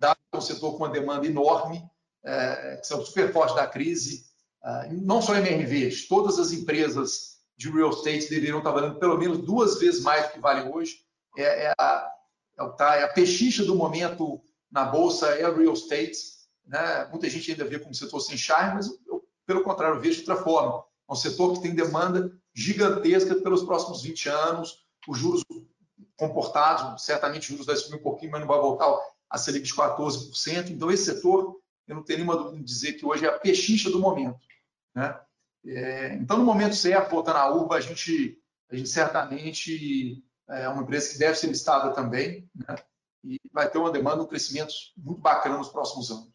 dado que é um setor com uma demanda enorme, é, que são super fortes da crise. Uh, não só M R Vs, todas as empresas de real estate deveriam estar valendo pelo menos duas vezes mais do que vale hoje. É, é, a, é, tá, é a pechincha do momento na Bolsa, é real estate. Né? Muita gente ainda vê como setor sem charme, mas eu, pelo contrário, eu vejo de outra forma. É um setor que tem demanda gigantesca pelos próximos vinte anos, os juros comportados, certamente os juros vai subir um pouquinho, mas não vai voltar a Selic de quatorze por cento. Então, esse setor, eu não tenho nenhuma dúvida de dizer que hoje é a pechincha do momento. Né? É, então, no momento certo, voltando à Urba, a gente, a gente certamente é uma empresa que deve ser listada também, né? E vai ter uma demanda, um crescimento muito bacana nos próximos anos.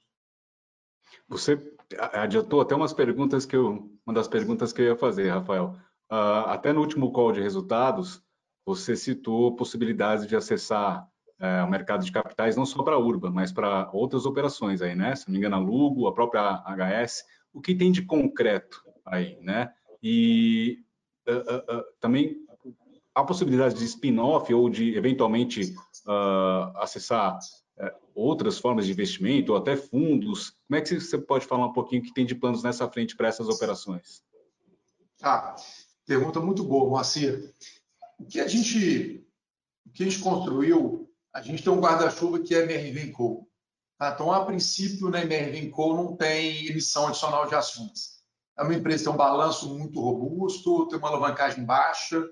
Você adiantou até umas perguntas que eu, uma das perguntas que eu ia fazer, Rafael. Uh, até no último call de resultados, você citou possibilidades de acessar uh, o mercado de capitais, não só para a Urba, mas para outras operações aí, né? Se não me engano, a Lugo, a própria H S. O que tem de concreto aí, né? E uh, uh, uh, também há possibilidade de spin-off ou de, eventualmente, uh, acessar uh, outras formas de investimento ou até fundos. Como é que você pode falar um pouquinho o que tem de planos nessa frente para essas operações? Ah, pergunta muito boa, Moacir. O que a gente, o que a gente construiu, a gente tem um guarda-chuva que é a M R V Co. Tá? Então, a princípio, na M R V Co não tem emissão adicional de ações. É uma empresa que tem um balanço muito robusto, tem uma alavancagem baixa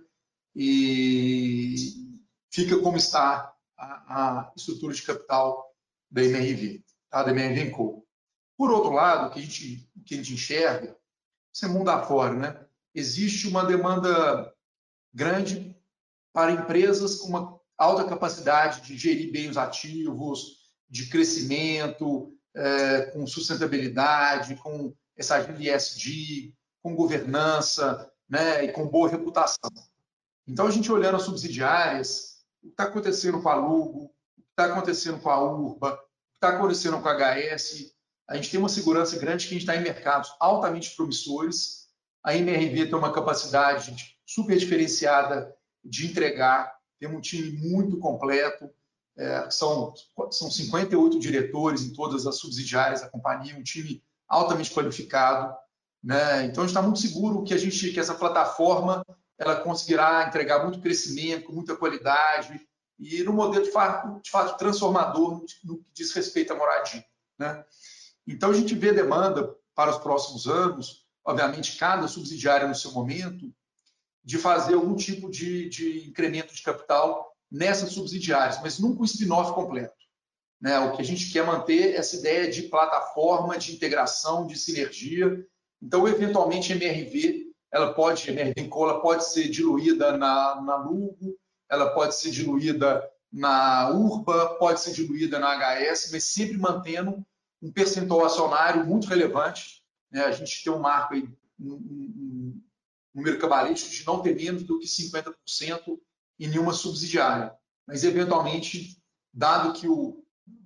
e fica como está a, a estrutura de capital da M R V, tá? Da M R V Co. Por outro lado, o que a gente, o que a gente enxerga, você mundo afora, né? Existe uma demanda grande para empresas com uma alta capacidade de gerir bem os ativos, de crescimento, é, com sustentabilidade, com essa agenda E S G, com governança, né, e com boa reputação. Então, a gente olhando as subsidiárias, o que está acontecendo com a Lugo, o que está acontecendo com a Urba, o que está acontecendo com a H S, a gente tem uma segurança grande que a gente está em mercados altamente promissores. A M R V tem uma capacidade super diferenciada de entregar, tem um time muito completo, é, são, são cinquenta e oito diretores em todas as subsidiárias da companhia, um time altamente qualificado. Né? Então, a gente está muito seguro que, a gente, que essa plataforma ela conseguirá entregar muito crescimento, com muita qualidade e no modelo de fato, de fato transformador no que diz respeito à moradia. Né? Então, a gente vê demanda para os próximos anos, obviamente, cada subsidiária no seu momento, de fazer algum tipo de, de incremento de capital nessas subsidiárias, mas nunca um spin-off completo. Né? O que a gente quer manter é essa ideia de plataforma, de integração, de sinergia. Então, eventualmente, a M R V, ela pode, a M R V Co, ela pode ser diluída na, na Lugo, ela pode ser diluída na Urba, pode ser diluída na H S, mas sempre mantendo um percentual acionário muito relevante. Né? A gente tem um marco aí, um, um, um número cabalístico de não ter menos do que cinquenta por cento em nenhuma subsidiária. Mas, eventualmente, dado que o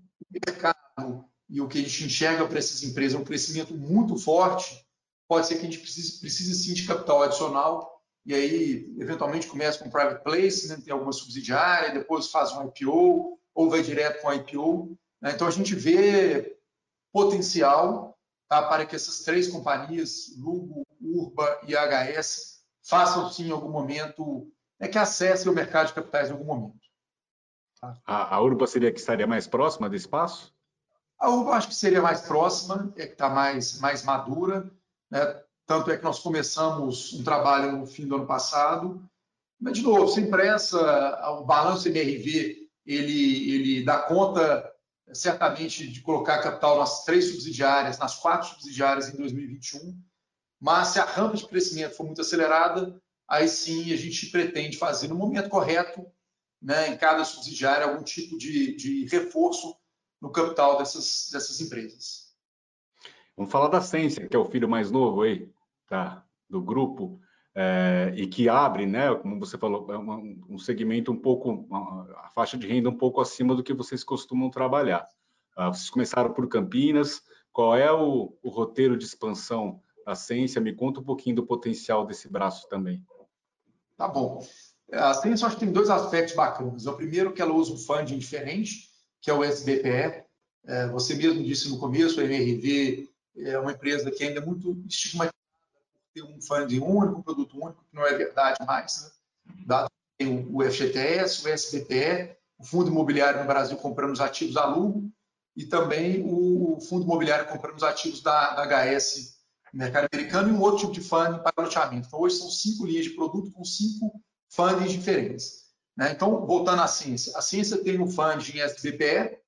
mercado e o que a gente enxerga para essas empresas é um crescimento muito forte, pode ser que a gente precise, precise sim de capital adicional, e aí, eventualmente, começa com private placement, tem alguma subsidiária, depois faz um I P O, ou vai direto com o I P O. Né? Então, a gente vê potencial, tá, para que essas três companhias, Lugo, Urba e H S, façam sim em algum momento, né, que acessem o mercado de capitais em algum momento. Tá? A, a Urba seria que estaria mais próxima desse espaço? A Urba acho que seria mais próxima, é que está mais, mais madura, né? Tanto é que nós começamos um trabalho no fim do ano passado, mas, de novo, sem pressa, o balanço M R V ele, ele dá conta certamente de colocar capital nas três subsidiárias, nas quatro subsidiárias em dois mil e vinte e um, mas se a rampa de crescimento for muito acelerada, aí sim a gente pretende fazer no momento correto, né, em cada subsidiária, algum tipo de, de reforço no capital dessas, dessas empresas. Vamos falar da Sensia, que é o filho mais novo aí, tá, do grupo, é, e que abre, né, como você falou, é uma, um segmento um pouco, uma, a faixa de renda um pouco acima do que vocês costumam trabalhar. Uh, vocês começaram por Campinas, qual é o, o roteiro de expansão da Sensia? Me conta um pouquinho do potencial desse braço também. Tá bom. A Sensia, acho que tem dois aspectos bacanas. O primeiro, que ela usa um funding diferente, que é o S B P E. É, você mesmo disse no começo, a M R V é uma empresa que ainda é muito estigmatizada por ter um funding único, um produto único, que não é verdade mais, né? Dado que tem o F G T S, o S B P E, o Fundo Imobiliário no Brasil comprando os ativos da Lugo e também o Fundo Imobiliário comprando os ativos da, da H S no mercado americano e um outro tipo de funding para loteamento. Então, hoje são cinco linhas de produto com cinco fundings diferentes, né? Então, voltando à ciência, a ciência tem um funding em S B P E,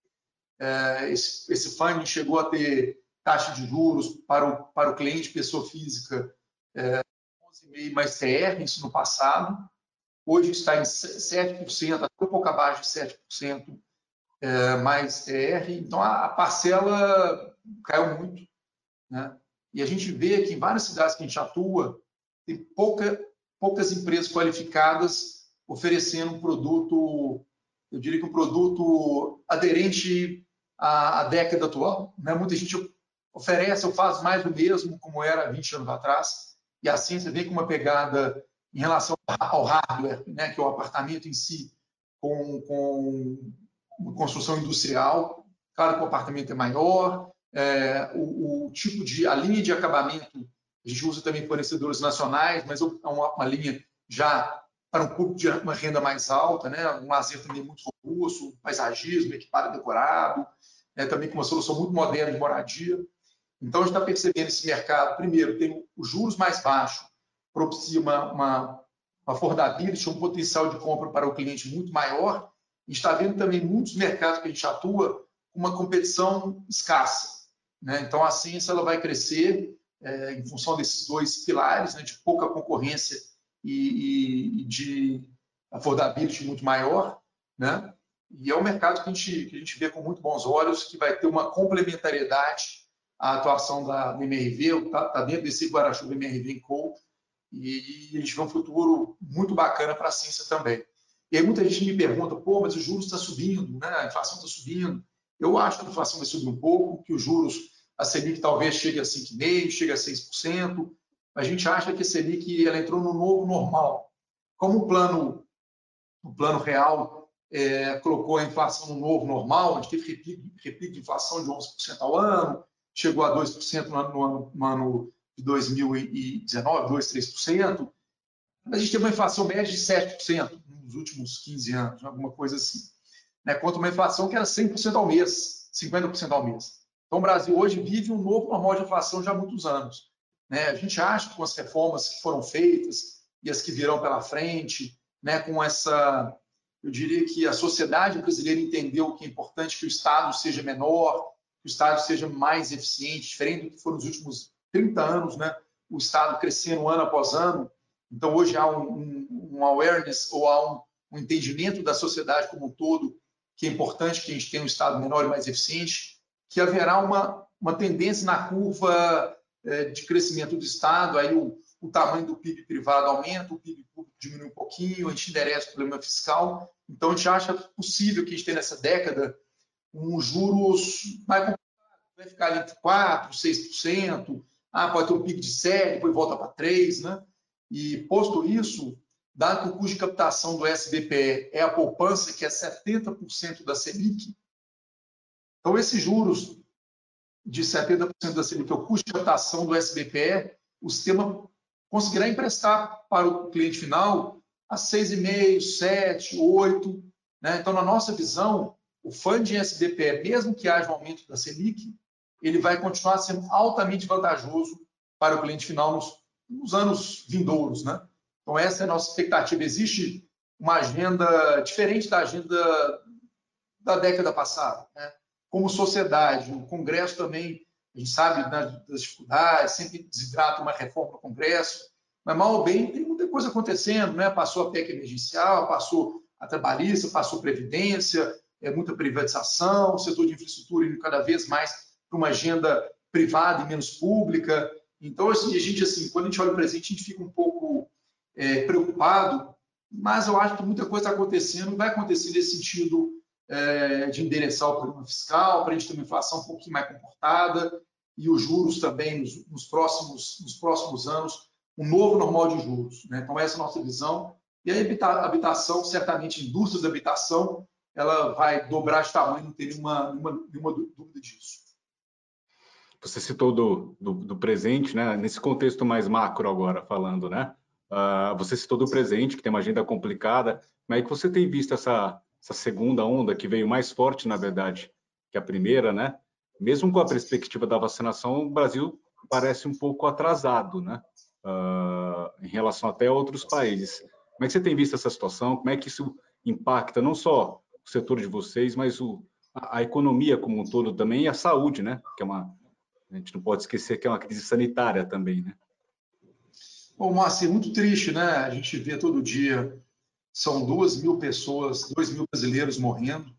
é, esse, esse funding chegou a ter taxa de juros para o, para o cliente, pessoa física, é, onze vírgula cinco mais T R, isso no passado. Hoje está em sete por cento, até um pouco abaixo de sete por cento é, mais T R. Então, a, a parcela caiu muito, né? E a gente vê que em várias cidades que a gente atua, tem pouca, poucas empresas qualificadas oferecendo um produto, eu diria que um produto aderente à, à década atual, né? Muita gente oferece ou faz mais do mesmo, como era vinte anos atrás, e assim você vem com uma pegada em relação ao hardware, né? Que é o apartamento em si, com, com uma construção industrial. Claro que o apartamento é maior, é, o, o tipo de, a linha de acabamento, a gente usa também fornecedores nacionais, mas é uma, uma linha já para um público de uma renda mais alta, né? Um lazer também muito robusto, paisagismo, equipado e decorado, né? Também com uma solução muito moderna de moradia. Então, a gente está percebendo esse mercado, primeiro, tem os juros mais baixos, propicia uma, uma, uma affordability, um potencial de compra para o cliente muito maior, e está vendo também muitos mercados que a gente atua com uma competição escassa, né? Então, a ciência ela vai crescer é, em função desses dois pilares, né? De pouca concorrência e, e de affordability muito maior, né? E é um mercado que a gente, que a gente vê com muito bons olhos, que vai ter uma complementariedade à atuação da M R V, está tá dentro desse guarda-chuva M R V Co, e, e a gente vê um futuro muito bacana para a ciência também. E aí muita gente me pergunta, pô, mas os juros estão subindo, né? A inflação está subindo. Eu acho que a inflação vai subir um pouco, que os juros, a Selic talvez chegue a cinco vírgula cinco por cento, chegue a seis por cento. A gente acha que a Selic ela entrou no novo normal. Como o plano, o plano real é, colocou a inflação no novo normal, a gente teve repique, repique de inflação de onze por cento ao ano, chegou a dois por cento no ano, no ano, no ano de dois mil e dezenove, dois, três por cento. A gente teve uma inflação média de sete por cento nos últimos quinze anos, alguma coisa assim, né? Contra uma inflação que era cem por cento ao mês, cinquenta por cento ao mês. Então, o Brasil hoje vive um novo normal de inflação já há muitos anos, né? A gente acha que com as reformas que foram feitas e as que virão pela frente, né, com essa, eu diria que a sociedade brasileira entendeu que é importante que o Estado seja menor, que o Estado seja mais eficiente, diferente do que foram nos últimos trinta anos, né? O Estado crescendo ano após ano. Então, hoje há um, um, um awareness ou há um, um entendimento da sociedade como um todo que é importante que a gente tenha um Estado menor e mais eficiente, que haverá uma, uma tendência na curva eh, de crescimento do Estado, aí o, o tamanho do P I B privado aumenta, o P I B público diminui um pouquinho, a gente endereza o problema fiscal. Então, a gente acha possível que a gente tenha nessa década um juros mais complicado, vai ficar ali entre quatro por cento, seis por cento, ah, pode ter um pico de sete, depois volta para três por cento, né? E, posto isso, dado que o custo de captação do S B P E é a poupança, que é setenta por cento da Selic, então esses juros de setenta por cento da Selic, que é o custo de captação do S B P E, o sistema conseguirá emprestar para o cliente final a seis vírgula cinco, sete, oito, né? Então, na nossa visão, o funding S B P E, mesmo que haja um aumento da Selic, ele vai continuar sendo altamente vantajoso para o cliente final nos nos anos vindouros, né? Então, essa é a nossa expectativa. Existe uma agenda diferente da agenda da década passada, né? Como sociedade, o Congresso também, a gente sabe das dificuldades, sempre desidrata uma reforma no Congresso, mas, mal ou bem, tem muita coisa acontecendo, né? Passou a P E C emergencial, passou a trabalhista, passou a Previdência, é muita privatização, o setor de infraestrutura indo cada vez mais para uma agenda privada e menos pública. Então, assim, a gente, assim, quando a gente olha o presente, a gente fica um pouco é, preocupado, mas eu acho que muita coisa está acontecendo e vai acontecer nesse sentido é, de endereçar o problema fiscal, para a gente ter uma inflação um pouquinho mais comportada e os juros também nos, nos, próximos, nos próximos anos, um novo normal de juros, né? Então, essa é a nossa visão. E a habitação, certamente, indústrias da habitação, ela vai dobrar de tamanho, não tem nenhuma, nenhuma, nenhuma dúvida disso. Você citou do, do, do presente, né? Nesse contexto mais macro agora, falando, né? Uh, você citou do presente, que tem uma agenda complicada, mas é que você tem visto essa, essa segunda onda, que veio mais forte, na verdade, que a primeira, né? Mesmo com a perspectiva da vacinação, o Brasil parece um pouco atrasado, né? Uh, em relação até a outros países. Como é que você tem visto essa situação? Como é que isso impacta não só o setor de vocês, mas o, a, a economia como um todo também e a saúde, né? Que é uma, a gente não pode esquecer que é uma crise sanitária também, né? Bom, Márcio, muito triste, né? A gente vê todo dia, são duas mil pessoas, dois mil brasileiros morrendo,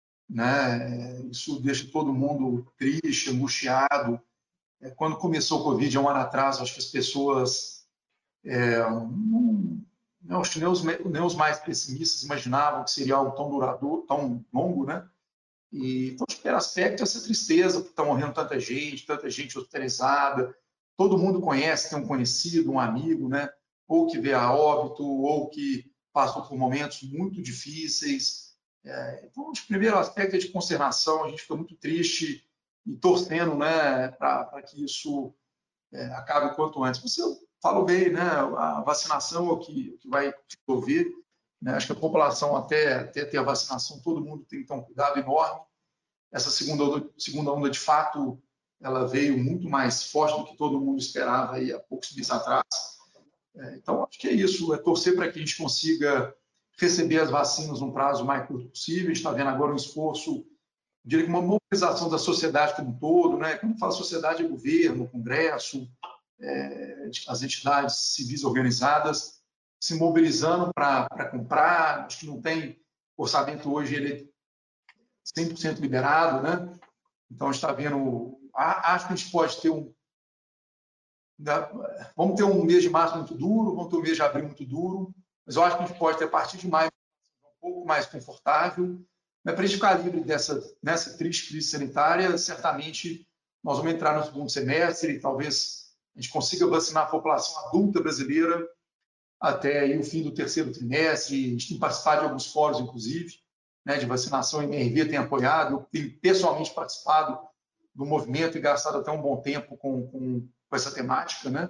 né? Isso deixa todo mundo triste, angustiado. Quando começou o Covid, há um ano atrás, acho que as pessoas, é, não, não, acho que nem os, nem os mais pessimistas imaginavam que seria algo tão duradouro, tão longo, né? E, então, o aspecto é essa tristeza, porque está morrendo tanta gente, tanta gente hospitalizada, todo mundo conhece, tem um conhecido, um amigo, né? Ou que veio a óbito, ou que passou por momentos muito difíceis. É, então, o primeiro aspecto é de consternação, a gente fica muito triste e torcendo, né, para que isso é, acabe o quanto antes. Você falou bem, né? A vacinação é o que, o que vai resolver. Né? Acho que a população, até, até ter a vacinação, todo mundo tem que ter um cuidado enorme. Essa segunda onda, segunda onda, de fato, ela veio muito mais forte do que todo mundo esperava aí há poucos meses atrás. É, então, acho que é isso, é torcer para que a gente consiga receber as vacinas num prazo mais curto possível. A gente está vendo agora um esforço, diria que uma mobilização da sociedade como um todo, né? Quando fala sociedade, é governo, Congresso, é, as entidades civis organizadas, se mobilizando para comprar. Acho que não tem orçamento hoje, ele é cem por cento liberado, né? Então, a gente está vendo, acho que a gente pode ter um, vamos ter um mês de março muito duro, vamos ter um mês de abril muito duro, mas eu acho que a gente pode ter, a partir de maio, um pouco mais confortável. Mas para a gente ficar livre dessa, nessa triste crise sanitária, certamente nós vamos entrar no segundo semestre e talvez a gente consiga vacinar a população adulta brasileira até aí o fim do terceiro trimestre. A gente tem participado de alguns fóruns, inclusive, né, de vacinação. A M R V tem apoiado, eu tenho pessoalmente participado do movimento e gastado até um bom tempo com, com, com essa temática. Né?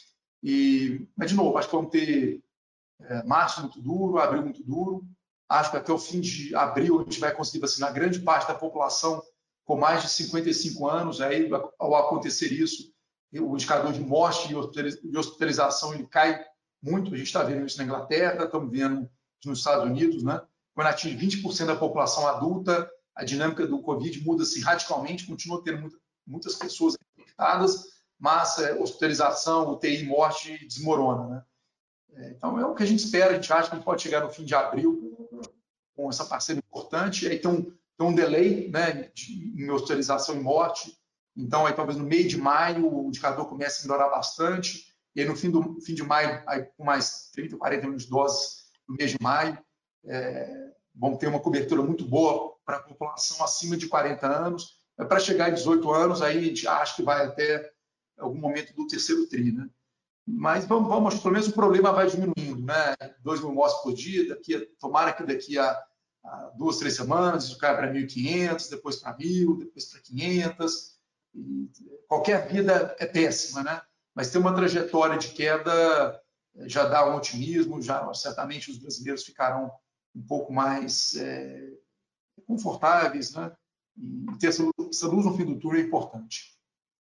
E, mas, de novo, acho que vamos ter é, março muito duro, abril muito duro. Acho que até o fim de abril a gente vai conseguir vacinar grande parte da população com mais de cinquenta e cinco anos. Aí, ao acontecer isso, o indicador de morte e hospitalização ele cai muito. A gente está vendo isso na Inglaterra, estamos vendo nos Estados Unidos. Né? Quando atinge vinte por cento da população adulta, a dinâmica do Covid muda-se radicalmente, continua tendo muita, muitas pessoas infectadas, mas é, hospitalização, U T I, morte desmorona. Né? Então, é o que a gente espera. A gente acha que a gente pode chegar no fim de abril com essa parceria importante. E aí tem um, tem um delay, né, de, em hospitalização e morte. Então, aí, talvez no meio de maio, o indicador comece a melhorar bastante. E aí, no fim, do, fim de maio, aí, com mais trinta, quarenta milhões de doses no mês de maio, é, vão ter uma cobertura muito boa para a população acima de quarenta anos. Para chegar a dezoito anos, aí a gente acha que vai até algum momento do terceiro tri, né? Mas vamos, vamos, pelo menos o problema vai diminuindo, né? dois mil mortes por dia, daqui a, tomara que daqui a, a duas, três semanas isso caia para mil e quinhentos, depois para mil, depois para quinhentos. E qualquer vida é péssima, né? Mas ter uma trajetória de queda já dá um otimismo, já certamente os brasileiros ficarão um pouco mais é, confortáveis, né? E ter essa, essa luz no fim do túnel é importante.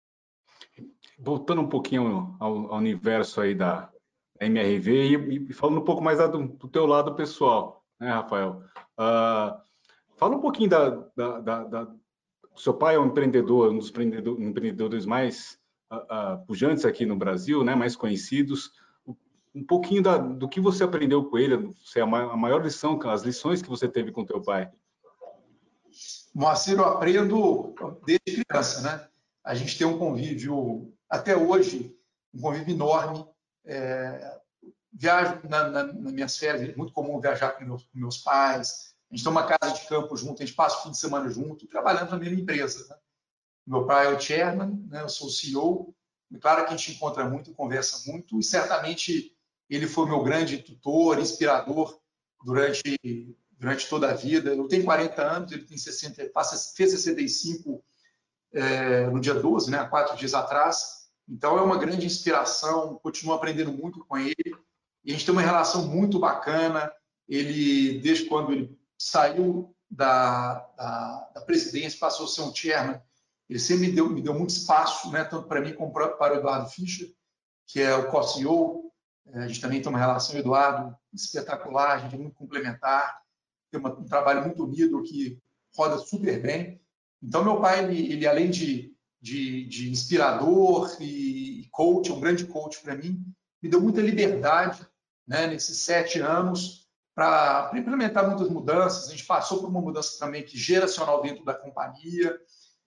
Voltando um pouquinho ao, ao universo aí da M R V e, e falando um pouco mais do, do teu lado pessoal, né, Rafael? Uh, fala um pouquinho da, da, da, da... O seu pai é um empreendedor, um dos empreendedor, empreendedores mais uh, uh, pujantes aqui no Brasil, né, mais conhecidos. Um pouquinho da, do que você aprendeu com ele, se é a maior lição, as lições que você teve com teu pai. Moacir, eu aprendo desde criança, né? A gente tem um convívio, até hoje, um convívio enorme. É, viajo na, na, nas minhas férias, é muito comum viajar com meus, com meus pais. A gente tem uma casa de campo junto, a gente passa o fim de semana junto, trabalhando na mesma empresa. Né? Meu pai é o chairman, né? Eu sou o C E O. E claro que a gente encontra muito, conversa muito, e certamente ele foi meu grande tutor, inspirador durante durante toda a vida. Eu tenho quarenta anos, ele tem sessenta, fez sessenta e cinco é, no dia doze, né, há quatro dias atrás. Então, é uma grande inspiração, continuo aprendendo muito com ele. E a gente tem uma relação muito bacana. Ele, desde quando ele saiu da, da, da presidência, passou a ser um chairman, ele sempre me deu, me deu muito espaço, né, tanto para mim como para o Eduardo Fischer, que é o co-C E O. A gente também tem uma relação, Eduardo, espetacular, a gente é muito complementar, tem uma, um trabalho muito unido que roda super bem. Então, meu pai, ele, ele além de, de, de inspirador e, e coach, é um grande coach para mim, me deu muita liberdade, né, nesses sete anos para implementar muitas mudanças. A gente passou por uma mudança também que geracional dentro da companhia,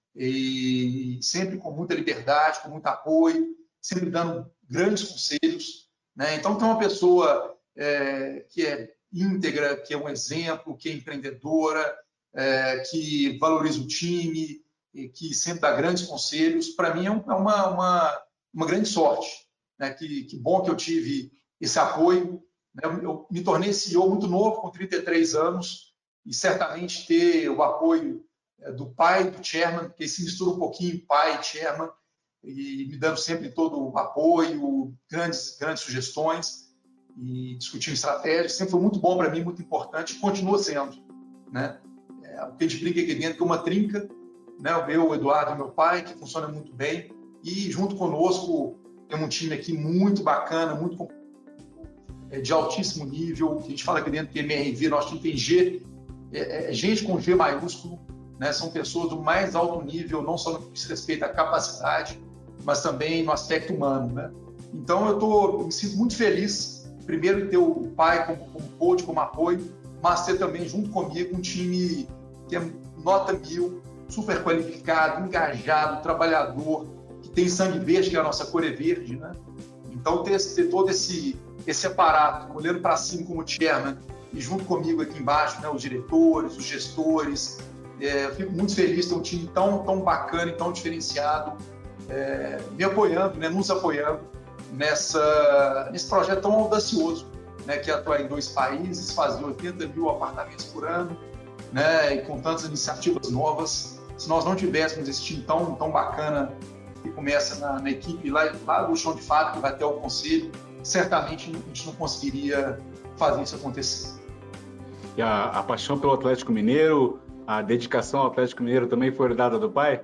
e sempre com muita liberdade, com muito apoio, sempre dando grandes conselhos, né? Então, tem uma pessoa é, que é íntegra, que é um exemplo, que é empreendedora, é, que valoriza o time, e que sempre dá grandes conselhos. Para mim, é uma, uma, uma grande sorte, né? Que, que bom que eu tive esse apoio. Né? Eu me tornei C E O muito novo, com trinta e três anos, e certamente ter o apoio do pai, do chairman, que se mistura um pouquinho, pai e chairman, e me dando sempre todo o apoio, grandes, grandes sugestões, e discutindo estratégias. Sempre foi muito bom para mim, muito importante, e continua sendo. Né? É, o que a gente brinca aqui dentro, que é uma trinca, né? O meu, o Eduardo, o meu pai, que funciona muito bem, e junto conosco tem um time aqui muito bacana, muito de altíssimo nível, que a gente fala aqui dentro que M R V, nosso time tem G, é, é gente com G maiúsculo, né? São pessoas do mais alto nível, não só no que diz respeito à capacidade, mas também no aspecto humano, né? Então, eu, tô, eu me sinto muito feliz, primeiro, de ter o pai como, como coach, como apoio, mas ter também, junto comigo, um time que é nota mil, super qualificado, engajado, trabalhador, que tem sangue verde, que é a nossa cor é verde, né? Então, ter, ter todo esse, esse aparato, olhando para cima como chairman, e junto comigo aqui embaixo, né, os diretores, os gestores, é, eu fico muito feliz de ter um time tão, tão bacana e tão diferenciado, é, me apoiando, né, nos apoiando nessa, nesse projeto tão audacioso, né, que é atuar em dois países, fazer oitenta mil apartamentos por ano, né, e com tantas iniciativas novas. Se nós não tivéssemos esse time tão, tão bacana que começa na, na equipe lá, lá do chão de fábrica, que vai até o conselho, certamente a gente não conseguiria fazer isso acontecer. E a, a paixão pelo Atlético Mineiro, a dedicação ao Atlético Mineiro também foi herdada do pai?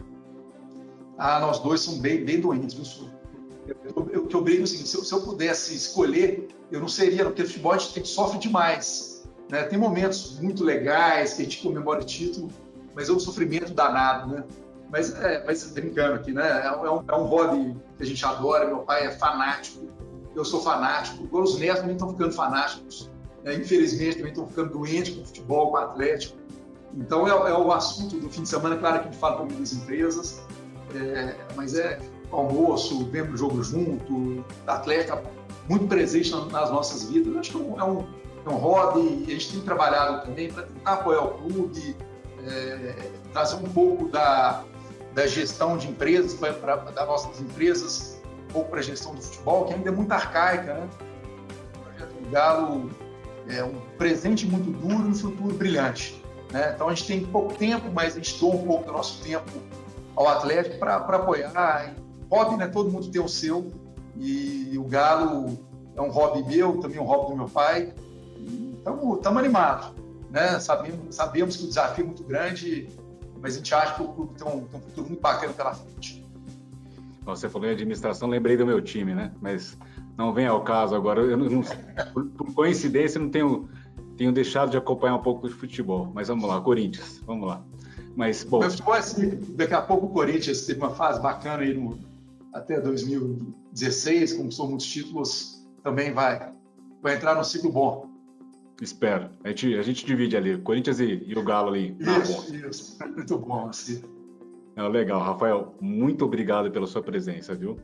Ah, nós dois somos bem, bem doentes, viu? Eu, eu, eu, eu brinco o seguinte, se eu, se eu pudesse escolher, eu não seria, porque o futebol a gente, a gente sofre demais, né? Tem momentos muito legais que a gente comemora o título, mas é um sofrimento danado, né? Mas, é, mas brincando aqui, né? É, é, um, é um hobby que a gente adora, meu pai é fanático, eu sou fanático, agora os netos também estão ficando fanáticos, né? Infelizmente também estão ficando doentes com o futebol, com o Atlético. Então é, é o assunto do fim de semana, claro que a gente fala com muitas empresas, é, mas é almoço, vendo o jogo junto, o Atlético muito presente nas nossas vidas. Acho que é um, é um hobby, a gente tem trabalhado também para tentar apoiar o clube, é, trazer um pouco da, da gestão de empresas, pra, pra, das nossas empresas, um pouco para a gestão do futebol, que ainda é muito arcaica, né? O projeto do Galo é um presente muito duro e um futuro brilhante, né? Então a gente tem pouco tempo, mas a gente doa um pouco do nosso tempo ao Atlético para apoiar. Hobby, né? Todo mundo tem o seu, e o Galo é um hobby meu, também um hobby do meu pai. Estamos animados, né? Sabemos, sabemos que o desafio é muito grande, mas a gente acha que o clube tem um, tem um futuro muito bacana pela frente. Você falou em administração, lembrei do meu time, né? Mas não vem ao caso agora. Eu não, por, por coincidência, não tenho, tenho deixado de acompanhar um pouco de futebol. Mas vamos lá, Corinthians, vamos lá. Mas, bom... O futebol é assim, daqui a pouco o Corinthians teve uma fase bacana aí no, até dois mil e dezesseis, conquistou muitos títulos, também vai, vai entrar no ciclo bom. Espero. A gente, a gente divide ali, o Corinthians e, e o Galo ali. Isso, isso. Muito bom, assim. É, legal, Rafael, muito obrigado pela sua presença, viu?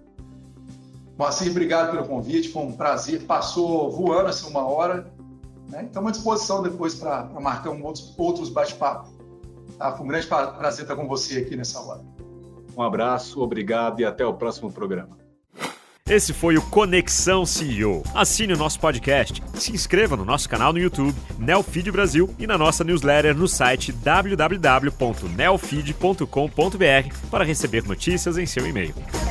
Moacir, obrigado pelo convite, foi um prazer. Passou voando assim uma hora, né? Estamos à disposição depois para marcar um outros, outros bate-papos. Tá? Foi um grande prazer estar com você aqui nessa hora. Um abraço, obrigado e até o próximo programa. Esse foi o Conexão C E O. Assine o nosso podcast, se inscreva no nosso canal no YouTube, Neofeed Brasil, e na nossa newsletter no site w w w ponto neofeed ponto com ponto b r para receber notícias em seu e-mail.